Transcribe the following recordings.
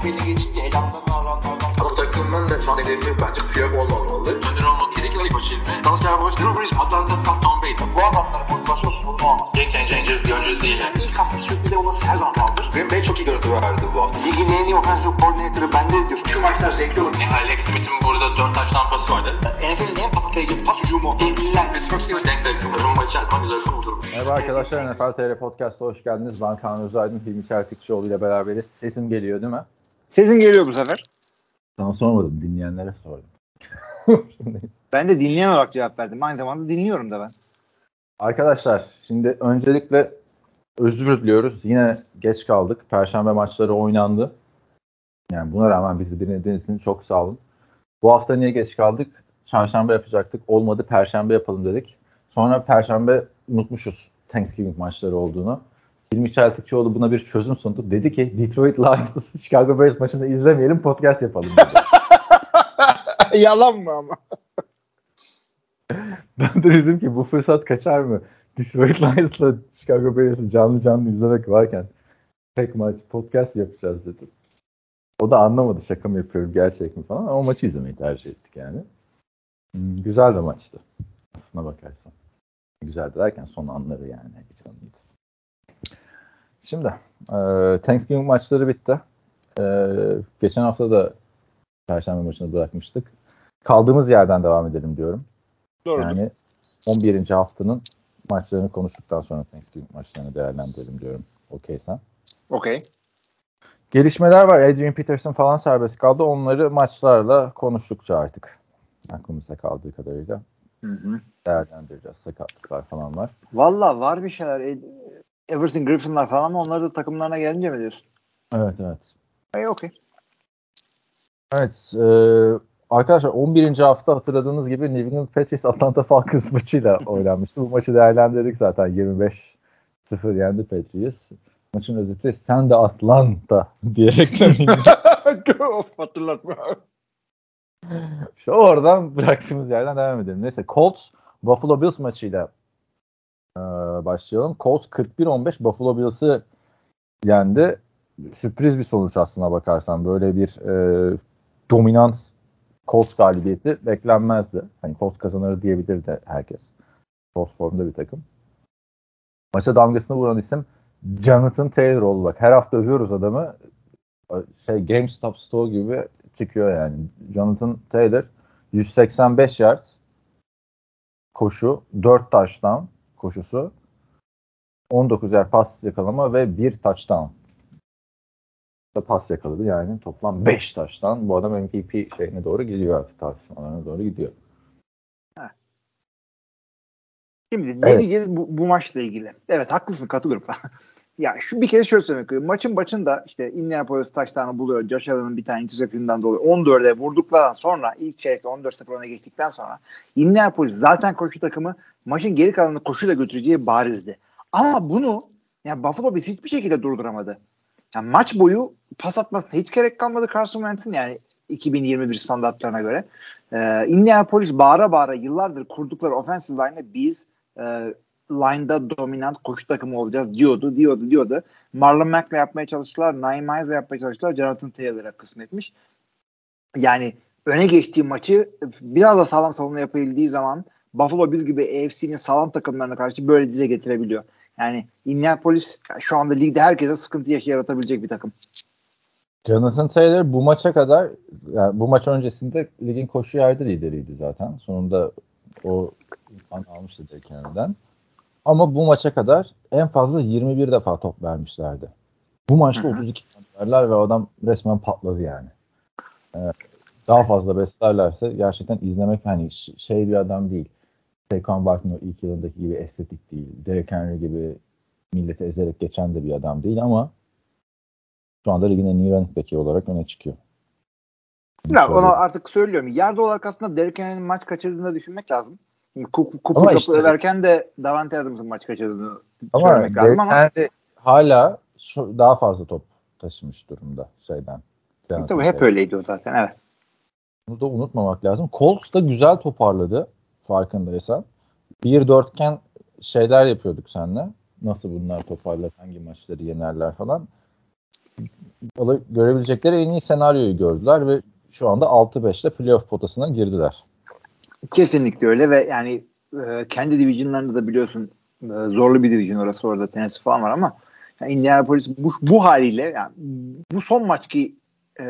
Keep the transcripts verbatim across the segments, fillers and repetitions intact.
belli geçince elanlarını alanlardan. Ama takımın da şu an hedefi bence Piyok olmamalı. Önder olmalı. Kesinlikle ilk başı ilmi. Dallas Cowboys, Drew Brees, Atlanta, Tom Brady. Bu adamların motivasyon sorunu olmaz. Game changer bir oyuncu değil. Yani. İlk hafta sürpriz olması her zaman kaldır. Green Bay çok iyi görüntü verdi bu hafta. Ligin en iyi offensive coordinator'ı bende diyor. Şu maçlar zevkli olur. Yani Alex Smith'in burada dört taş tampası vardı. N F L'in en patlayıcı pas hücumu. Devliler. Pittsburgh Steelers denk denk. Rumba içerisinde güzel kurdurmuş. Merhaba arkadaşlar, N F L T R Podcast'a hoş geldiniz. Ben Kaan Özaydın, Hilmi Çeltikçioğlu ile beraberiz. Sesim geliyor değil mi? Sesin geliyor bu sefer. Sana sormadım, dinleyenlere sordum. Ben de dinleyen olarak cevap verdim. Aynı zamanda dinliyorum da ben. Arkadaşlar, şimdi öncelikle özür diliyoruz. Yine geç kaldık. Perşembe maçları oynandı. Yani buna rağmen bizi dinlediğiniz için çok sağ olun. Bu hafta niye geç kaldık? Çarşamba yapacaktık. Olmadı, Perşembe yapalım dedik. Sonra Perşembe unutmuşuz Thanksgiving maçları olduğunu. Hilmi Çeltikçioğlu buna bir çözüm sundu. Dedi ki Detroit Lions'ı Chicago Bears maçını izlemeyelim, podcast yapalım dedi. Yalan mı ama? Ben de dedim ki bu fırsat kaçar mı? Detroit Lions'la Chicago Bears'ı canlı canlı izlemek varken tek maç podcast yapacağız dedim. O da anlamadı, şaka mı yapıyorum gerçek mi falan, ama maçı izlemeyi tercih ettik yani. Hmm, güzel de maçtı aslına bakarsan. Güzeldi derken son anları yani. Şimdi e, Thanksgiving maçları bitti. E, geçen hafta da Perşembe maçını bırakmıştık. Kaldığımız yerden devam edelim diyorum. Doğru. Yani on birinci haftanın maçlarını konuştuktan sonra Thanksgiving maçlarını değerlendirelim diyorum. Okey sen? Okey. Gelişmeler var. Adrian Peterson falan serbest kaldı. Onları maçlarla konuştukça artık aklımızda kaldığı kadarıyla Hı hı. değerlendireceğiz. Sakatlıklar falan var. Valla var bir şeyler. E, Everton Griffin'lar falan ama onları da takımlarına gelince mi diyorsun? Evet evet. E, okey. Evet. E, arkadaşlar on birinci hafta hatırladığınız gibi New England Patriots Atlanta Falcons maçıyla oynanmıştı. Bu maçı değerlendirdik zaten. yirmi beş sıfır yendi Patriots. Maçın özeti sen de Atlanta diyerekten Of, hatırlatma. İşte oradan bıraktığımız yerden devam edelim. Neyse, Colts Buffalo Bills maçıyla e, başlayalım. Colts kırk bir on beş Buffalo Bills'ı yendi. Sürpriz bir sonuç aslına bakarsan. Böyle bir e, dominant Colts galibiyeti beklenmezdi. Hani Colts kazanır diyebilirdi herkes. Colts formda bir takım. Maça damgasını vuran isim Jonathan Taylor oldu. Bak, her hafta övüyoruz adamı. Şey, GameStop Store gibi çıkıyor yani. Jonathan Taylor yüz seksen beş yard koşu, dört touchdown koşusu, on dokuz yard pas yakalama ve bir touchdown pas yakaladı. Yani toplam beş touchdown. Bu adam M V P şeyine doğru gidiyor artık, tartışmalarına doğru gidiyor. Heh. Şimdi Evet. ne diyeceğiz bu, bu maçla ilgili? Evet, haklısın, katılıyorum. Ya şu bir kere şöyle söylemek istiyorum. Maçın başında işte Indianapolis touchdown'ı buluyor. Josh Allen'ın bir tane interception'dan dolayı on dörde vurduklardan sonra, ilk çeyrekte on dört sıfır öne geçtikten sonra Indianapolis zaten koşu takımı, maçın geri kalanını koşuyla götüreceği barizdi. Ama bunu yani Buffalo Bills hiçbir şekilde durduramadı. Yani maç boyu pas atmasına hiç gerek kalmadı Carson Wentz'in, yani iki bin yirmi bir standartlarına göre. Ee, Indianapolis bağıra bağıra yıllardır kurdukları offensive line'ı biz e, line'da dominant koşu takımı olacağız diyordu, diyordu, diyordu. Marlon Mack'le yapmaya çalıştılar, Naim Hines yapmaya çalıştılar, Jonathan Taylor'a kısmetmiş. Yani öne geçtiği maçı biraz da sağlam savunma yapabildiği zaman Buffalo Bills gibi A F C'nin sağlam takımlarına karşı böyle dize getirebiliyor. Yani Indianapolis şu anda ligde herkese sıkıntı yaratabilecek bir takım. Jonathan Taylor bu maça kadar, yani bu maç öncesinde ligin koşu yardı lideriydi zaten. Sonunda o an almıştı Derrick Henry'den. Ama bu maça kadar en fazla yirmi bir defa top vermişlerdi. Bu maçta Hı hı. otuz iki tane verdiler ve adam resmen patladı yani. Ee, daha fazla beslerlerse gerçekten izlemek, hani şey bir adam değil. Saquon Barkley'in ilk yılındaki gibi estetik değil. Derrick Henry gibi milleti ezerek geçen de bir adam değil ama şu anda ligin en iyi running back'i olarak öne çıkıyor. Ya onu artık söylüyorum. Yerde olarak aslında Derrick Henry'nin maç kaçırdığını düşünmek lazım. Cooper Cooper işte, överken de Davante Adams'ın maç kaçırdığını ama söylemek lazım ama Henry hala şu, daha fazla top taşımış durumda şeyden. tabii hep öyleydi o zaten, evet. Bunu da unutmamak lazım. Colts da güzel toparladı farkındaysan. Bir dörtgen şeyler yapıyorduk seninle. Nasıl bunlar toparlar, hangi maçları yenerler falan. görebilecekleri en iyi senaryoyu gördüler ve şu anda altı beşle playoff potasına girdiler. Kesinlikle öyle ve yani e, kendi divisionlarında da biliyorsun e, zorlu bir division orası, orada Tennessee falan var ama yani Indianapolis bu, bu haliyle yani bu son maçki e,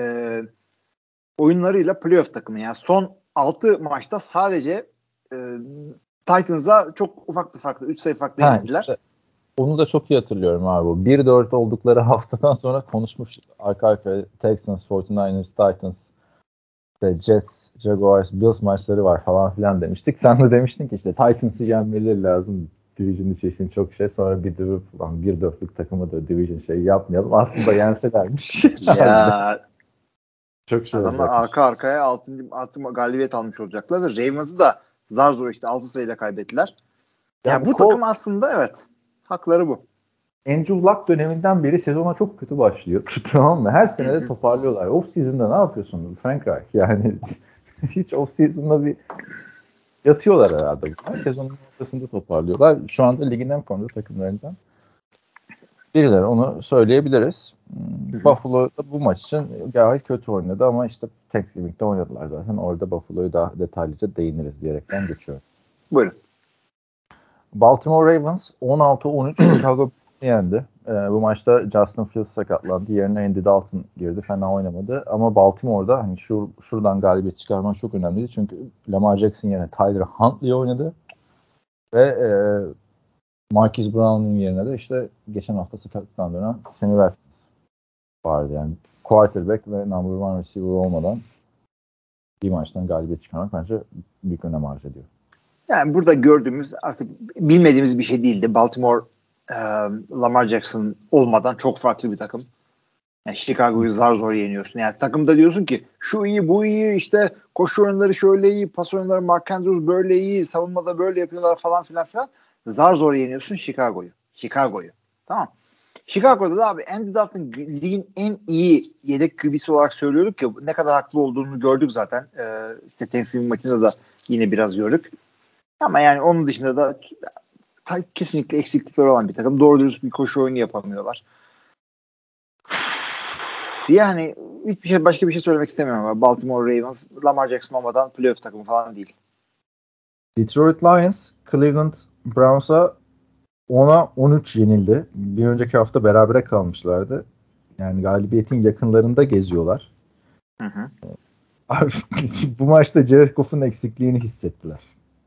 oyunlarıyla playoff takımı. Yani son altı maçta sadece e, Titans'a çok ufak bir farklı, üç sayı farklı yenildiler. İşte, onu da çok iyi hatırlıyorum abi. bir dört oldukları haftadan sonra konuşmuştuk. Arka arkaya Texans, kırk dokuzers, Titans, işte Jets, Jaguars, Bills maçları var falan filan demiştik. Sen de demiştin ki işte Titans'ı yenmeleri lazım. Division için çok şey. Sonra bir bir dörtlük takımı da division şey yapmayalım. Aslında yenselermiş. Ya çok şey adamlar olacakmış. arka arkaya altıncı altı galibiyet almış olacaklar da Ravens'ı da zar zor işte altı sayıyla kaybettiler. Ya yani bu Col- takım aslında evet hakları bu. Andrew Luck döneminden beri sezona çok kötü başlıyor. Tamam mı? Her sene de toparlıyorlar. Off season'da ne yapıyorsun Frank Reich? Yani hiç off season'da bir yatıyorlar herhalde. Her sezonun ortasında toparlıyorlar. Şu anda ligin en formda takımlarından birileri. Onu söyleyebiliriz. Buffalo bu maç için gayet kötü oynadı ama işte Thanksgiving'de oynadılar zaten. Orada Buffalo'yu daha detaylıca değiniriz diyerekten geçiyor. Buyurun. Baltimore Ravens on altı on üç Chicago yendi. Ee, bu maçta Justin Fields sakatlandı. Yerine Andy Dalton girdi. Fena oynamadı. Ama Baltimore'da hani şu şuradan galibiyet çıkarmak çok önemliydi. Çünkü Lamar Jackson yerine Tyler Huntley oynadı. Ve e, Marquise Brown'un yerine de işte geçen hafta sakatlıktan dönen Sammy Watkins vardı. Yani quarterback ve number one receiver olmadan bir maçtan galibiyet çıkarmak bence büyük önem arz ediyor. Yani burada gördüğümüz artık bilmediğimiz bir şey değildi. Baltimore e, Lamar Jackson olmadan çok farklı bir takım. Yani Chicago'yu zar zor yeniyorsun. Yani takımda diyorsun ki şu iyi bu iyi işte koşu oyunları şöyle iyi, pas oyunları Mark Andrews böyle iyi, savunmada böyle yapıyorlar falan filan filan. Zar zor yeniyorsun Chicago'yu. Chicago'yu. Tamam. Chicago'da da abi Andy Dalton ligin en iyi yedek Q B'si olarak söylüyorduk ki ne kadar haklı olduğunu gördük zaten. Ee, işte Thanksgiving maçında da yine biraz gördük. Ama yani onun dışında da ta, kesinlikle eksiklikler olan bir takım. Doğru dürüst bir koşu oyunu yapamıyorlar. Yani hiçbir şey, başka bir şey söylemek istemiyorum ama Baltimore Ravens Lamar Jackson olmadan playoff takımı falan değil. Detroit Lions Cleveland Browns'a ona on üç yenildi. Bir önceki hafta berabere kalmışlardı. Yani galibiyetin yakınlarında geziyorlar. Hı hı. Abi, bu maçta Jared Goff'un eksikliğini hissettiler.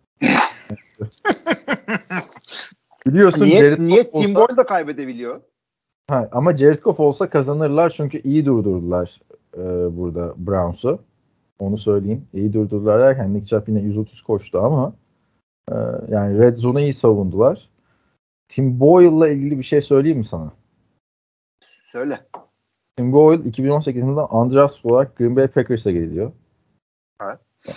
Biliyorsun niye, Jared niye Goff olsa, Tim Boyle da kaybedebiliyor? Ha, ama Jared Goff olsa kazanırlar çünkü iyi durdurdular e, burada Browns'u. Onu söyleyeyim. İyi durdurdular derken Nick Chubb yine yüz otuz koştu ama e, yani Red Zone'u iyi savundular. Tim Boyle'la ilgili bir şey söyleyeyim mi sana? Söyle. Tim Boyle iki bin on sekiz yılında undrafted olarak Green Bay Packers'a geliyor. Evet.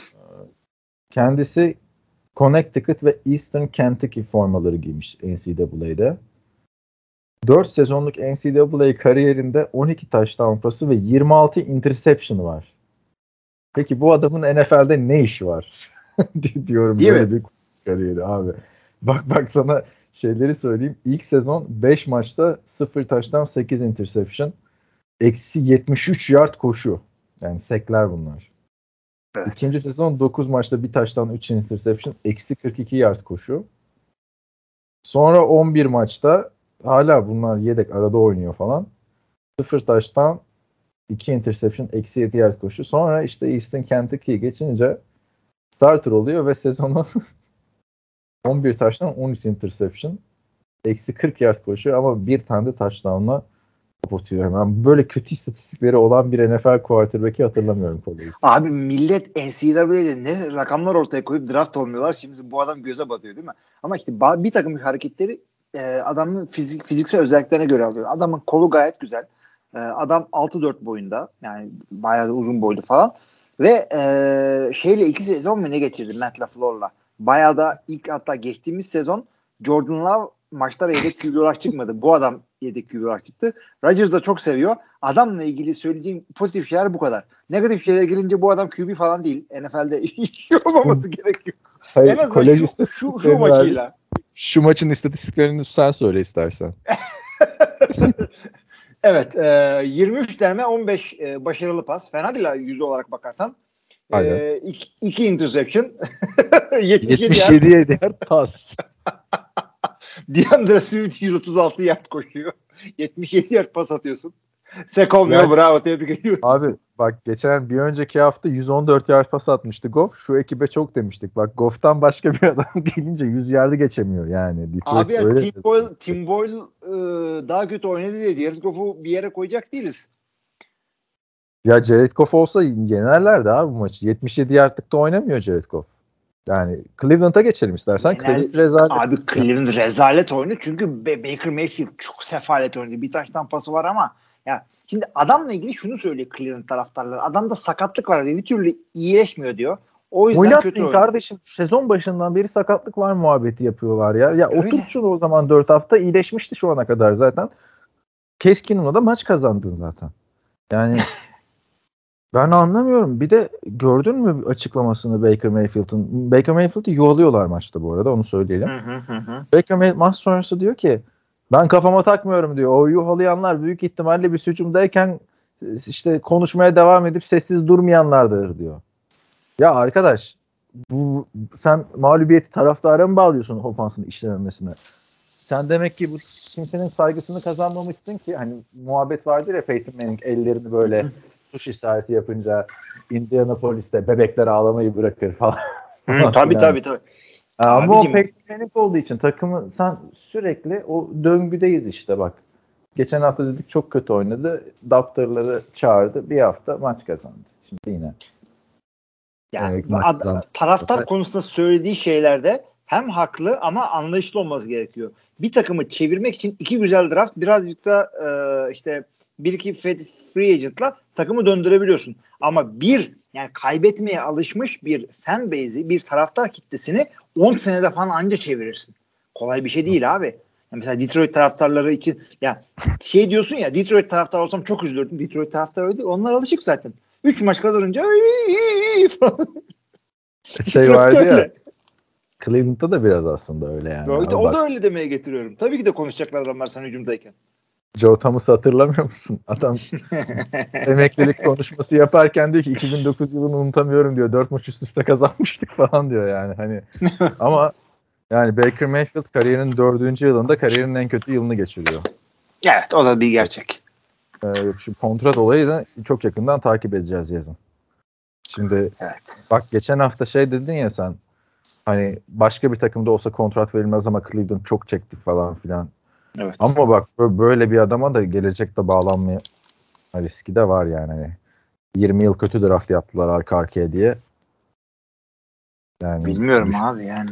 Kendisi Connecticut ve Eastern Kentucky formaları giymiş N C double A'de. dört sezonluk N C double A kariyerinde on iki touchdown pası ve yirmi altı interception var. Peki bu adamın N F L'de ne işi var? diyorum Değil böyle mi? bir kariyeri abi. Bak bak sana şeyleri söyleyeyim. İlk sezon beş maçta sıfır touchdown sekiz interception. Eksi yetmiş üç yard koşu. Yani sekler bunlar. Evet. İkinci sezon dokuz maçta bir touchdown üç interception. Eksi kırk iki yard koşu. Sonra on bir maçta hala bunlar yedek arada oynuyor falan. sıfır touchdown iki interception. Eksi yedi yard koşu. Sonra işte Eastern Kentucky'ye geçince starter oluyor ve sezonu on bir touchdown on üç interception. Eksi kırk yard koşuyor ama bir tane de touchdown'la kapatıyor hemen. Böyle kötü istatistikleri olan bir N F L quarterback'i hatırlamıyorum kolay. Abi millet N C double A'de ne rakamlar ortaya koyup draft olmuyorlar. Şimdi bu adam göze batıyor değil mi? Ama işte bir takım hareketleri e, adamın fizik, fiziksel özelliklerine göre alıyor. Adamın kolu gayet güzel. E, adam altı dört boyunda. Yani bayağı da uzun boylu falan. Ve e, şeyle iki sezon mu ne geçirdi Matt LaFleur'la? Bayağı da ilk hatta geçtiğimiz sezon Jordan Love maçlara yedek Q B olarak çıkmadı. Bu adam yedek Q B olarak çıktı. Rodgers da çok seviyor. Adamla ilgili söyleyeceğim pozitif şeyler bu kadar. Negatif şeylere gelince bu adam Q B falan değil. N F L'de hiç olmaması gerekiyor. Hayır, en azından şu, şu, şu maçıyla. Şu maçın istatistiklerini sen söyle istersen. Evet. E, yirmi üç deneme on beş e, başarılı pas. Fena değil yüzde olarak bakarsan. E, iki, iki interception. yetmiş yedi yard pas. DeAndre Swift yüz otuz altı yard koşuyor. yetmiş yedi yard pas atıyorsun. Sek olmuyor. Yani, bravo. Tebrik ediyorum. Abi bak geçen bir önceki hafta yüz on dört yard pas atmıştı Goff. Şu ekibe çok demiştik. Bak Goff'tan başka bir adam gelince yüz yard'ı geçemiyor yani. Detroit abi ya Tim Boyle, Tim Boyle e, daha kötü oynadı diye Jared Goff'u bir yere koyacak değiliz. Ya Jared Goff olsa yenerlerdi abi bu maçı. yetmiş yedi yardlıkta oynamıyor Jared Goff. Yani Cleveland'a geçelim istersen. Yener, Cleveland rezalet. Abi Cleveland rezalet oynuyor çünkü Baker Mayfield çok sefalet oynadı. Bir taştan pası var ama ya şimdi adamla ilgili şunu söylüyor Cleveland taraftarları. Adamda sakatlık var ve bir türlü iyileşmiyor diyor. O yüzden Oynatmayın kötü oynuyor. kardeşim. Sezon başından beri sakatlık var muhabbeti yapıyorlar ya. Ya Öyle. otur şunu o zaman dört hafta iyileşmişti şu ana kadar zaten. Case Keenum'la da maç kazandın zaten. Yani ben anlamıyorum. Bir de gördün mü açıklamasını Baker Mayfield'ın? Baker Mayfield'ı yuvalıyorlar maçta bu arada onu söyleyelim. Hı hı hı. Baker Mayfield maç sonrası diyor ki ben kafama takmıyorum diyor. O yuhalayanlar büyük ihtimalle bir hücumdayken işte konuşmaya devam edip sessiz durmayanlardır diyor. Ya arkadaş bu sen mağlubiyeti taraftara mı bağlıyorsun ofansın işlememesine? Sen demek ki bu kimsenin saygısını kazanmamışsın ki hani muhabbet vardır ya Peyton Manning ellerini böyle suş işareti yapınca Indianapolis'te bebekler ağlamayı bırakır falan. Hı, tabii tabii tabii. Ama o Peyton Manning olduğu için takımı sen sürekli o döngüdeyiz işte bak. Geçen hafta dedik çok kötü oynadı. Doktorları çağırdı. Bir hafta maç kazandı. Şimdi yine. Yani evet, ad, taraftar evet. konusunda söylediği şeylerde hem haklı ama anlayışlı olması gerekiyor. Bir takımı çevirmek için iki güzel draft birazcık da e, işte bir iki free agent'la takımı döndürebiliyorsun. Ama bir yani kaybetmeye alışmış bir fan base'i, bir taraftar kitlesini on senede falan anca çevirirsin. Kolay bir şey değil abi. Yani mesela Detroit taraftarları için ya şey diyorsun ya Detroit taraftarı olsam çok üzülürdüm. Detroit taraftarı öyle değil. Onlar alışık zaten. üç maç kazanınca falan. Şey vardı ya Cleveland'da da biraz aslında öyle yani. Evet, o bak, da öyle demeye getiriyorum. Tabii ki de konuşacaklar adamlar sen hücumdayken. Joe Thomas'ı hatırlamıyor musun? Adam emeklilik konuşması yaparken diyor ki iki bin dokuz yılını unutamıyorum diyor. dört maç üst üste kazanmıştık falan diyor yani. Hani ama yani Baker Mayfield kariyerinin dördüncü yılında kariyerinin en kötü yılını geçiriyor. Evet o da bir gerçek. Ee, şu kontrat olayı da çok yakından takip edeceğiz yazın. Şimdi evet. Bak geçen hafta şey dedin ya sen hani başka bir takımda olsa kontrat verilmez ama Cleveland çok çektik falan filan. Evet. Ama bak böyle bir adama da gelecekte bağlanma riski de var yani. Hani yirmi yıl kötü draft yaptılar arka arkaya diye. Yani bilmiyorum düş- abi yani.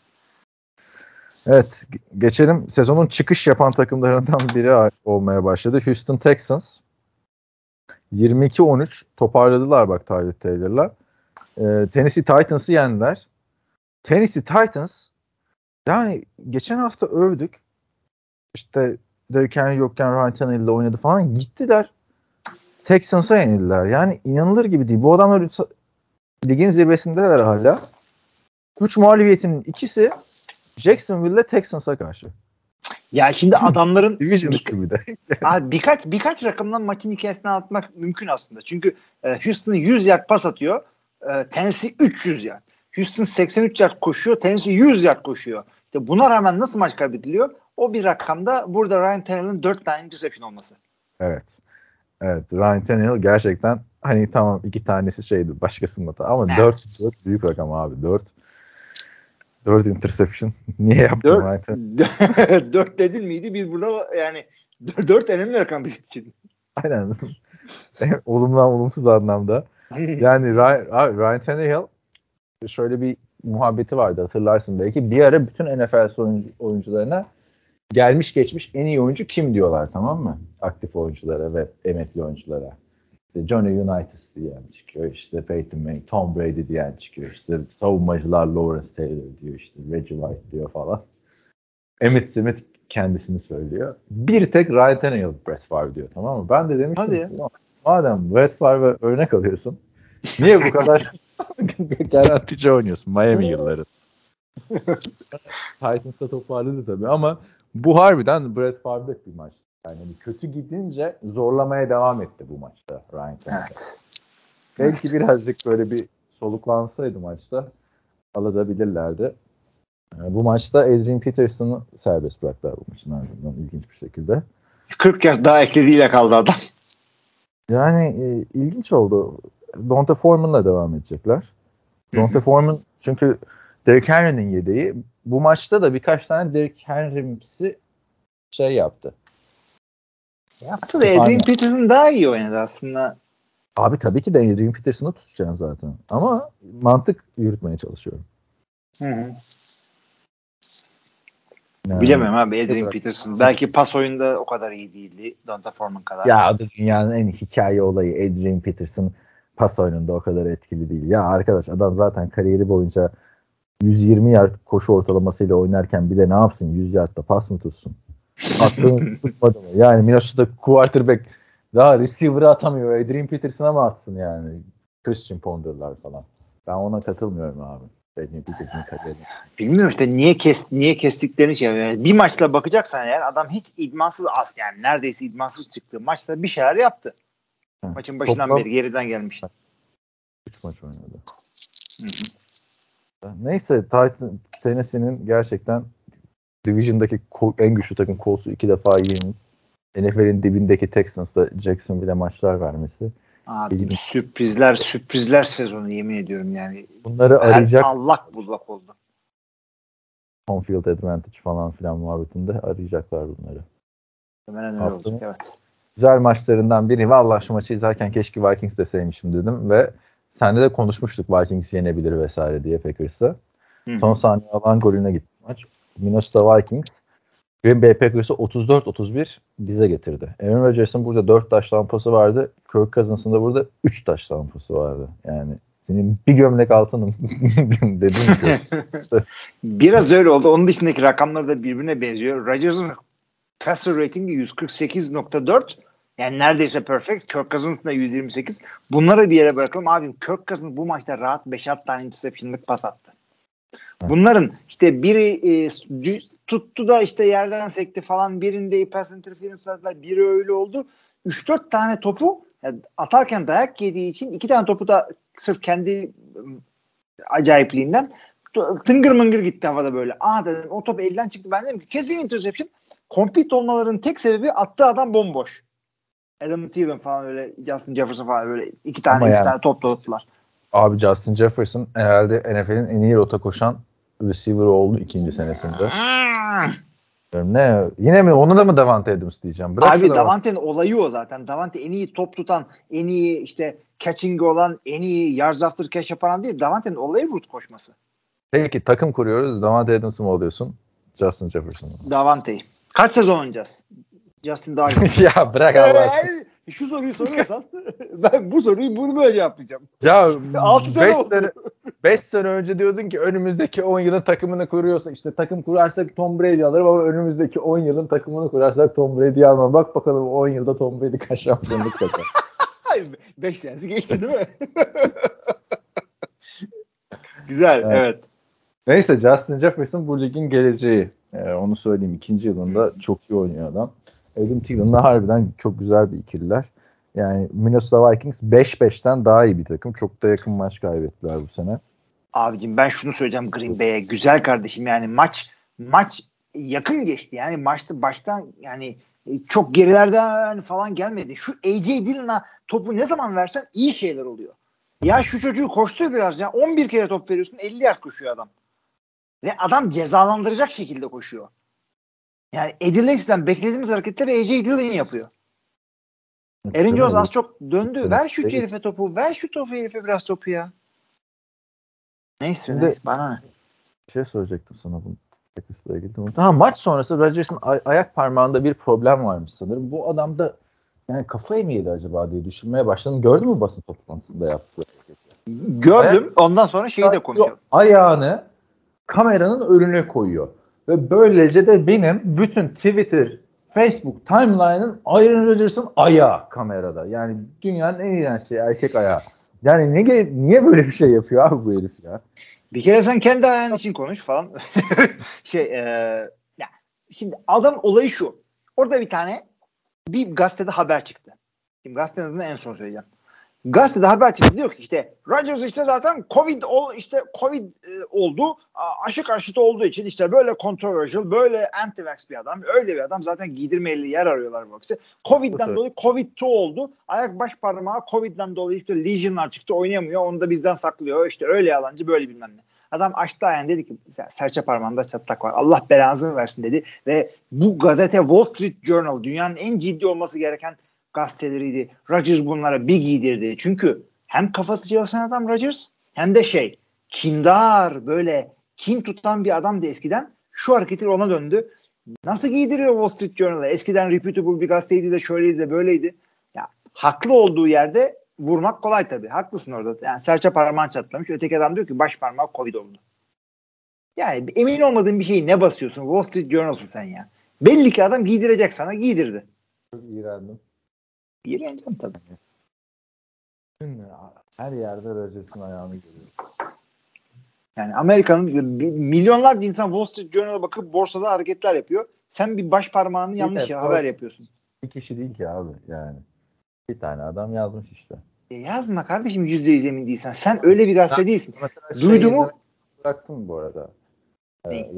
Evet geçelim. Sezonun çıkış yapan takımlarından biri olmaya başladı. Houston Texans. yirmi iki on üç toparladılar bak Tyler Taylor'la. Ee, Tennessee Titans'ı yendiler. Tennessee Titans yani geçen hafta övdük. İşte Derrick Henry yokken Ryan Tannehill'le oynadı falan. Gittiler. Texans'a yenildiler. Yani inanılır gibi değil. Bu adamlar ligin zirvesindeler hala. üç mağlubiyetinin ikisi Jacksonville'le Texans'a karşı. Ya şimdi adamların bir, bir de. abi birkaç birkaç rakamdan maçın hikayesini anlatmak mümkün aslında. Çünkü e, Houston yüz yard pas atıyor. E, Tennessee üç yüz yard. Houston seksen üç yard koşuyor. Tennessee yüz yard koşuyor. İşte buna rağmen nasıl maç kaybediliyor? O bir rakamda burada Ryan Tannehill'in dört tane interception olması. Evet. Evet. Ryan Tannehill gerçekten hani tamam iki tanesi şeydi başkasının hata ama evet. dört, dört büyük rakam abi. dört dört interception. Niye yaptın Ryan Tannehill? dört dedin miydi? Biz burada yani dört önemli rakam bizim için. Aynen. Olumlu olumsuz anlamda. Yani Ryan, abi, Ryan Tannehill şöyle bir muhabbeti vardı hatırlarsın belki. Bir ara bütün N F L oyuncu, oyuncularına gelmiş geçmiş en iyi oyuncu kim diyorlar tamam mı? Aktif oyunculara ve emekli oyunculara. İşte Johnny Unitas diyen çıkıyor. İşte Peyton Manning, Tom Brady diyen çıkıyor. İşte savunmacılar Lawrence Taylor diyor. İşte Reggie White diyor falan. Emmitt Smith kendisini söylüyor. Bir tek Ryan Tannehill Brett Favre diyor tamam mı? Ben de demiştim ki madem Brett Favre örnek alıyorsun niye bu kadar garantici oynuyorsun Miami yılları? Titans'ta toparladı tabii ama bu harbiden Brett Favre'lık bir maç. Yani kötü gidince zorlamaya devam etti bu maçta Ryan Tannehill. Evet. Belki birazcık böyle bir soluklansaydı maçta alabilirlerdi. Yani bu maçta Adrian Peterson'ı serbest bıraktılar bu maçın ardından ilginç bir şekilde. kırk yaş daha eklediğiyle kaldı adam. Yani e, ilginç oldu. Donta Foreman'la devam edecekler. Donta Foreman çünkü Derrick Henry'nin yedeği. Bu maçta da birkaç tane Derrick Henry'si şey yaptı. Yaptı da Adrian Peterson daha iyi oynadı aslında. Abi tabii ki de Adrian Peterson'ı tutacaksın zaten. Ama mantık yürütmeye çalışıyorum. Hı hı. Yani, Bilemiyorum abi Adrian evet. Peterson. Belki pas oyunda o kadar iyi değildi. Donta Foreman kadar. Ya o da dünyanın en hikaye olayı. Adrian Peterson pas oyununda o kadar etkili değil. Ya arkadaş adam zaten kariyeri boyunca yüz yirmi yard koşu ortalamasıyla oynarken bir de ne yapsın? yüz yardta pas mı tutsun? Attığını tutmadı mı? Yani Minnesota quarterback daha receiver'ı atamıyor. Adrian Peterson'a mı atsın yani? Christian Ponder'lar falan. Ben ona katılmıyorum abi. Adrian Peterson'ın kariyeri. Bilmiyorum işte niye kes niye kestiklerini şey. Yani bir maçla bakacaksan eğer adam hiç idmansız az yani neredeyse idmansız çıktığı maçta bir şeyler yaptı. Hı. Maçın başından Toplam beri geriden gelmişti. üç maç oynadı. Hı hı. Neyse Titan, Tennessee'nin gerçekten Division'daki en güçlü takım Colts'u iki defa yenip N F L'in dibindeki Texans'da Jacksonville'e maçlar vermesi. Abi İlginç. sürprizler sürprizler sezonu yemin ediyorum yani. Bunları Her arayacak allak bullak oldu. home field advantage falan filan muhabbetinde arayacaklar bunları. Hemen öyle Haftanın olacak evet. güzel maçlarından biri. Vallahi şu maçı izlerken keşke Vikings deseymişim dedim ve seninle de konuşmuştuk Vikings yenebilir vesaire diye Packers'ı. Son saniye alan golüne gitti maç. Minnesota Vikings Green Bay Packers'ı otuz dört otuz bir bize getirdi. Aaron Rodgers'ın burada dört taş tampası vardı. Kirk Cousins'ın da burada üç taş tampası vardı. Yani senin bir gömlek altınım dedim ki. Biraz öyle oldu. Onun dışındaki rakamlar da birbirine benziyor. Rodgers'ın passer ratingi yüz kırk sekiz nokta dört. Yani neredeyse perfect. Kirk Cousins'ın da yüz yirmi sekiz. Bunları bir yere bırakalım. Abim Kirk Cousins bu maçta rahat beş altı tane interception'lık pas attı. Bunların işte biri e, tuttu da işte yerden sekti falan. Birinde pass interference verdiler. Biri öyle oldu. üç dört tane topu yani atarken dayak yediği için iki tane topu da sırf kendi acayipliğinden tıngır mıngır gitti havada böyle. Aa dedim o top elden çıktı. Ben dedim ki kesin interception. Complete olmaların tek sebebi attığı adam bomboş. Adam Thielen falan öyle Justin Jefferson falan böyle iki tane Ama üç yani, tane top dağıttılar. Abi Justin Jefferson herhalde N F L'in en iyi rota koşan receiver oldu ikinci senesinde. Ne? Yine mi? Onu da mı Davante Adams diyeceğim? Bırak Abi Davante'nin olayı o zaten. Davante en iyi top tutan, en iyi işte catching olan, en iyi yards after catch yapan değil. Davante'nin olayı route koşması. Peki takım kuruyoruz. Davante Adams'ı mı alıyorsun? Justin Jefferson'ı. Davante'yi. Kaç sezon oynayacağız? Justin daha iyi. Ya bırak Allah aşkına. Ee, şu soruyu soruyorsan ben bu soruyu bunu böyle cevaplayacağım. Ya altı sene beş oldu. sene beş sene önce diyordun ki önümüzdeki on yılın takımını kuruyorsa işte takım kurarsak Tom Brady alırım ama önümüzdeki on yılın takımını kurarsak Tom Brady'yi almam. Bak bakalım on yılda Tom Brady kaç şampiyonluk kazanır. beş senesi geçti değil mi? Güzel, evet. evet. Neyse Justin Jefferson bu ligin geleceği. Ee, onu söyleyeyim. İkinci yılında çok iyi oynuyor adam. Adam Thielen'la harbiden çok güzel bir ikililer. Yani Minnesota Vikings beş beşten daha iyi bir takım. Çok da yakın maç kaybettiler bu sene. Abicim ben şunu söyleyeceğim Green Bay'e. Güzel kardeşim yani maç maç yakın geçti. Yani maçta baştan yani çok gerilerden falan gelmedi. Şu A J Dillon'a topu ne zaman versen iyi şeyler oluyor. Ya şu çocuğu koştur biraz ya. on bir kere top veriyorsun elli yard koşuyor adam. Ve adam cezalandıracak şekilde koşuyor. Yani Eddie Lacy'den beklediğimiz hareketleri A J Dillon yapıyor. Aaron Jones az çok döndü. Ver şu herife topu. Ver şu topu herife biraz topu ya. Neyse, Şimdi, neyse bana ne? Bir şey söyleyecektim sana bunu. ilgili. Ha, maç sonrası Rodgers'ın ay- ayak parmağında bir problem varmış sanırım. Bu adam da yani kafayı mı yedi acaba diye düşünmeye başladım. Gördün mü basın toplantısında yaptığı? Gördüm. Ayak, ondan sonra şeyi de konuşuyorum. Ayağını kameranın önüne koyuyor. Ve böylece de benim bütün Twitter, Facebook timeline'ın Aaron Rodgers'ın ayağı kamerada. Yani dünyanın en iğrenç şeyi erkek ayağı. Yani niye, niye böyle bir şey yapıyor abi bu herif ya? Bir kere sen kendi ayağın için konuş falan. şey e, ya şimdi adam olayı şu. Orada bir tane bir gazetede haber çıktı. Şimdi gazetenin adını en son söyleyeceğim. Gazetede haber çıktı, diyor ki işte Rodgers işte zaten Covid ol, işte Covid e, oldu. Aşı karşıtı olduğu için işte böyle controversial, böyle anti-vax bir adam. Öyle bir adam. Zaten giydirmeli yer arıyorlar bu ikisi. Covid'den dolayı Covid iki oldu. Ayak baş parmağı Covid'den dolayı işte lesionlar çıktı, oynayamıyor. Onu da bizden saklıyor. İşte öyle yalancı, böyle bilmem ne. Adam açtı ayağını, dedi ki serçe parmağında çatlak var. Allah belanızı versin dedi. Ve bu gazete Wall Street Journal, dünyanın en ciddi olması gereken gazeteleriydi. Rodgers bunlara bir giydirdi. Çünkü hem kafası çalışan adam Rodgers, hem de şey, kindar, böyle kin tutan bir adamdı eskiden. Şu hareketi ona döndü. Nasıl giydiriyor Wall Street Journal'a? Eskiden reputable bir gazeteydi de şöyleydi de böyleydi. Ya, haklı olduğu yerde vurmak kolay tabii. Haklısın orada. Yani serçe parmağın çatlamış. Öteki adam diyor ki baş parmağı Covid oldu. Yani emin olmadığın bir şeyi ne basıyorsun? Wall Street Journal'sın sen ya. Belli ki adam giydirecek sana. Giydirdi. Çok iğrendim. İğreneceğim tabii. Her yerde Rodgers'ın ayağını görüyoruz. Yani Amerika'nın milyonlarca insan Wall Street Journal'a bakıp borsada hareketler yapıyor. Sen bir baş parmağını yanlış evet, ya, haber yapıyorsun. Bir kişi değil ki abi yani. Bir tane adam yazmış işte. E yazma kardeşim, yüzde yüz emin değilsen. Sen öyle bir gazete ben, değilsin. Şey Duyduğumu bıraktım bu arada. Ee,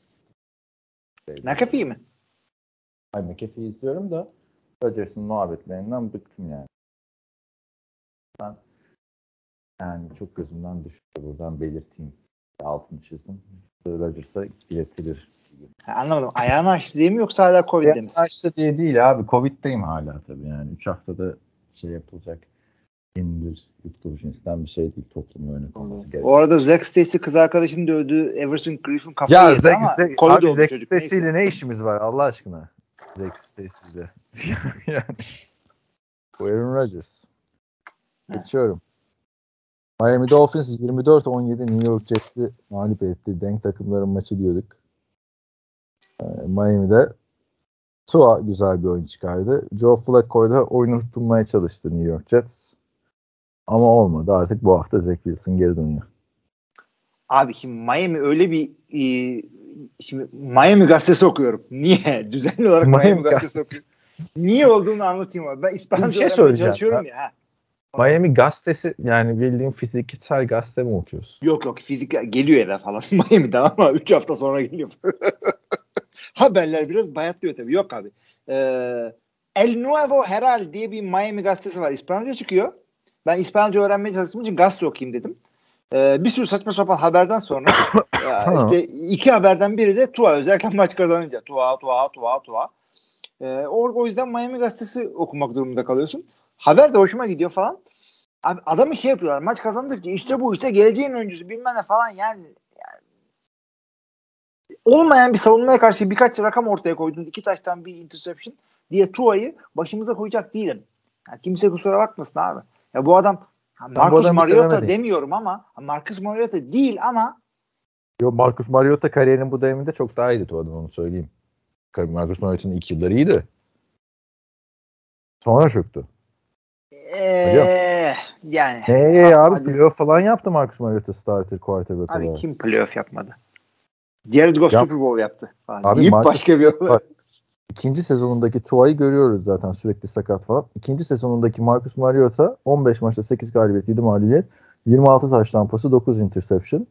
McAfee mi? Hayır, McAfee'yi izliyorum da Rodgers'ın muhabbetlerinden bıktım yani. Ben yani çok gözümden düştü, buradan belirteyim. Altını çizdim. Rodgers'a iletilir. Ha, anlamadım. Ayağını açtı diye mi, yoksa hala Covid'de misin? Açtı diye değil abi. Covid'deyim hala tabii yani. üç haftada şey yapılacak. İndir, yuttur cinsinden bir şey değil. Toplumu yönetilmesi gerekiyor. O arada Zach Stacy kız arkadaşını dövdü. Everson Griffin kafayı ya yedi Zach, ama Zach, Covid abi oldu Zach çocuk. Stacy ile ne işimiz var Allah aşkına? Zach Stacy ile. Yani. Bu Aaron Rodgers. Geçiyorum. Miami Dolphins yirmi dört on yedi New York Jets'i mağlup etti. Denk takımların maçı diyorduk. Ee, Miami'de Tua güzel bir oyun çıkardı. Joe Flacco'yla oyunu tutmaya çalıştı New York Jets. Ama olmadı. Artık bu hafta Zach Wilson geri dönüyor. Abi şimdi Miami öyle bir e, şimdi Miami gazetesi okuyorum. Niye? Düzenli olarak Miami, Miami gazetesi okuyorum. Niye olduğunu anlatayım abi. Ben İspanyolca şey öğrenmeye çalışıyorum ya. Ha. Miami gazetesi yani bildiğin fiziksel gazete mi okuyorsun? Yok yok, fizik geliyor eve falan. Miami'den ama üç hafta sonra geliyor. Haberler biraz bayatlıyor tabii. Yok abi. Ee, El Nuevo Herald diye bir Miami gazetesi var. İspanyolca çıkıyor. Ben İspanyolca öğrenmeye çalıştığım için gazete okuyayım dedim. Ee, bir sürü saçma sapan haberden sonra ya işte iki haberden biri de Tua, özellikle maç kazanınca Tua Tua Tua Tua. Ee, o, o yüzden Miami gazetesi okumak durumunda kalıyorsun. Haber de hoşuma gidiyor falan. Abi adamı şey yapıyorlar, maç kazandıkça işte bu işte geleceğin öncüsü bilmem ne falan, yani, yani olmayan bir savunmaya karşı birkaç rakam ortaya koydun, iki taştan bir interception diye Tua'yı başımıza koyacak değilim. Yani kimse kusura bakmasın abi. Ya bu adam Marcus Mariota demiyorum ama Marcus Mariota değil ama Yo, Marcus Mariota kariyerinin bu döneminde çok daha iyiydi Tua'dan, onu söyleyeyim. Marcus Mariota'nın ilk yılları iyiydi. Sonra çöktü. Eee yani. Eee abi playoff falan yaptı Marcus Mariota starter quarterback olarak. Abi kim playoff yapmadı? Jared Goff Yap. Super Bowl yaptı. Falan. Abi Deyip başka bir bak, İkinci sezonundaki Tua'yı görüyoruz zaten, sürekli sakat falan. İkinci sezonundaki Marcus Mariota on beş maçta sekiz galibiyet, yedi mağlubiyet, yirmi altı taştan pası, dokuz interception.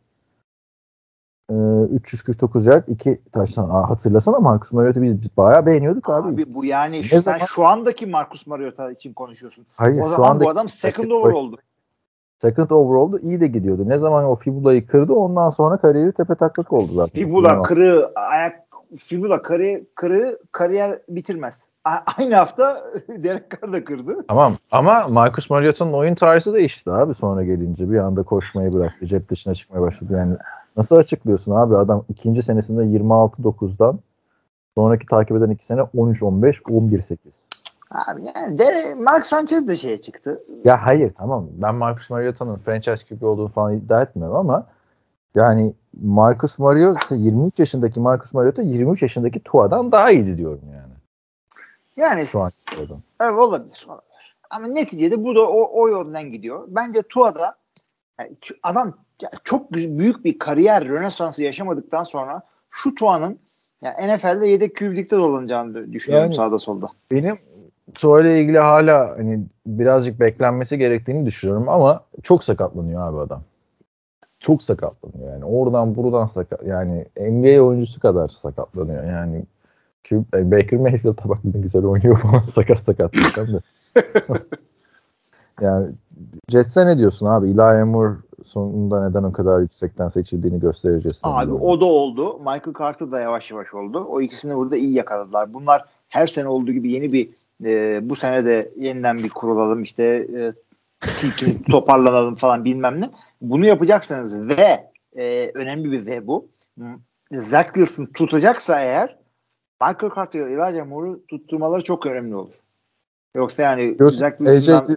üç yüz kırk dokuz yard, iki taştan. Aa, hatırlasana Marcus Mariota biz bayağı beğeniyorduk abi. Abi bu yani şu, sen şu andaki Marcus Mariota için konuşuyorsun. Hayır, o şu zaman andaki, bu adam second over oldu. Second over oldu. İyi de gidiyordu. Ne zaman o fibulayı kırdı, ondan sonra kariyeri tepe taklak oldu zaten. Fibula kırığı, ayak fibula kırığı, kırığı kariyer bitirmez. A- aynı hafta Derek Carr da kırdı. Tamam ama Marcus Mariota'nın oyun tarzı değişti abi sonra gelince. Bir anda koşmayı bıraktı. Cep dışına çıkmaya başladı. Yani nasıl açıklıyorsun abi? Adam ikinci senesinde yirmi altı dokuzdan sonraki takip eden iki sene on üç on beş on bir sekiz. Abi yani de Mark Sanchez de şeye çıktı. Ya hayır, tamam. Ben Marcus Mariota'nın franchise Q B olduğunu falan iddia etmiyorum ama yani Marcus Mariota, yirmi üç yaşındaki Marcus Mariota yirmi üç yaşındaki Tua'dan daha iyiydi diyorum yani. Yani şu an Tua'dan. Evet, olabilir, olabilir. Ama neticede bu da o, o yoldan gidiyor. Bence Tua'da yani adam çok büyük bir kariyer rönesansı yaşamadıktan sonra şu Tua'nın yani N F L'de yedek Q B'likte dolanacağını düşünüyorum yani, sağda solda. Benim Tua ile ilgili hala hani birazcık beklenmesi gerektiğini düşünüyorum ama çok sakatlanıyor abi adam. Çok sakatlanıyor yani. Oradan buradan sakat yani N B A oyuncusu kadar sakatlanıyor yani. Baker Mayfield'a bak ne güzel oynuyor falan sakat sakat diyeceğim de. Yani Jets'e ne diyorsun abi? Eli Moore sonunda neden o kadar yüksekten seçildiğini göstereceğiz. Abi o da oldu. Michael Carter da yavaş yavaş oldu. O ikisini burada iyi yakaladılar. Bunlar her sene olduğu gibi yeni bir e, bu sene de yeniden bir kurulalım işte e, silkinip toparlanalım falan bilmem ne. Bunu yapacaksınız ve e, önemli bir ve bu. Zach Wilson tutacaksa eğer Michael Carter ile Elijah Moore'u tutturmaları çok önemli olur. Yoksa yani Zach Wilson'dan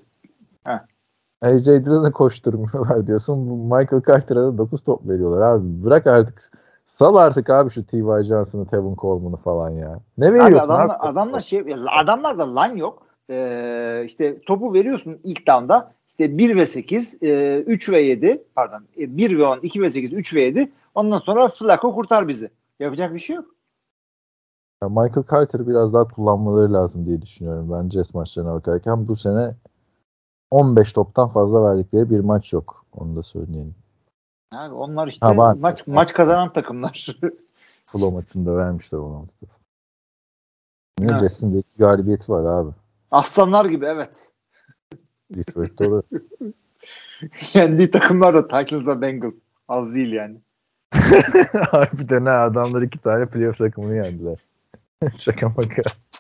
A J Dillon'ı koşturmuyorlar diyorsun. Bu Michael Carter'a da dokuz top veriyorlar abi. Bırak artık. Sal artık abi şu T Y. Johnson'ı, Tevin Coleman'ı falan ya. Ne veriyorsun abi? Adamlar, abi? adamlar şey, adamlar da line yok. Ee, işte topu veriyorsun ilk down'da. İşte bir ve sekiz, e, üç ve yedi, pardon, e, bir ve on, iki ve sekiz, üç ve yedi. Ondan sonra Flacco kurtar bizi. Yapacak bir şey yok. Ya Michael Carter'ı biraz daha kullanmaları lazım diye düşünüyorum ben Jazz maçlarına bakarken. Bu sene on beş toptan fazla verdikleri bir maç yok. Onu da söyleyelim. Abi onlar işte ha, maç maç kazanan takımlar. Flo maçında vermişler on altı top. Yine Jazz'in de iki galibiyeti var abi. Aslanlar gibi evet. Detroit'te olur. Yendiği takımlar da Titans'la Bengals. Az değil yani. Harbiden ha adamlar iki tane playoff takımını yendiler. Şaka maka.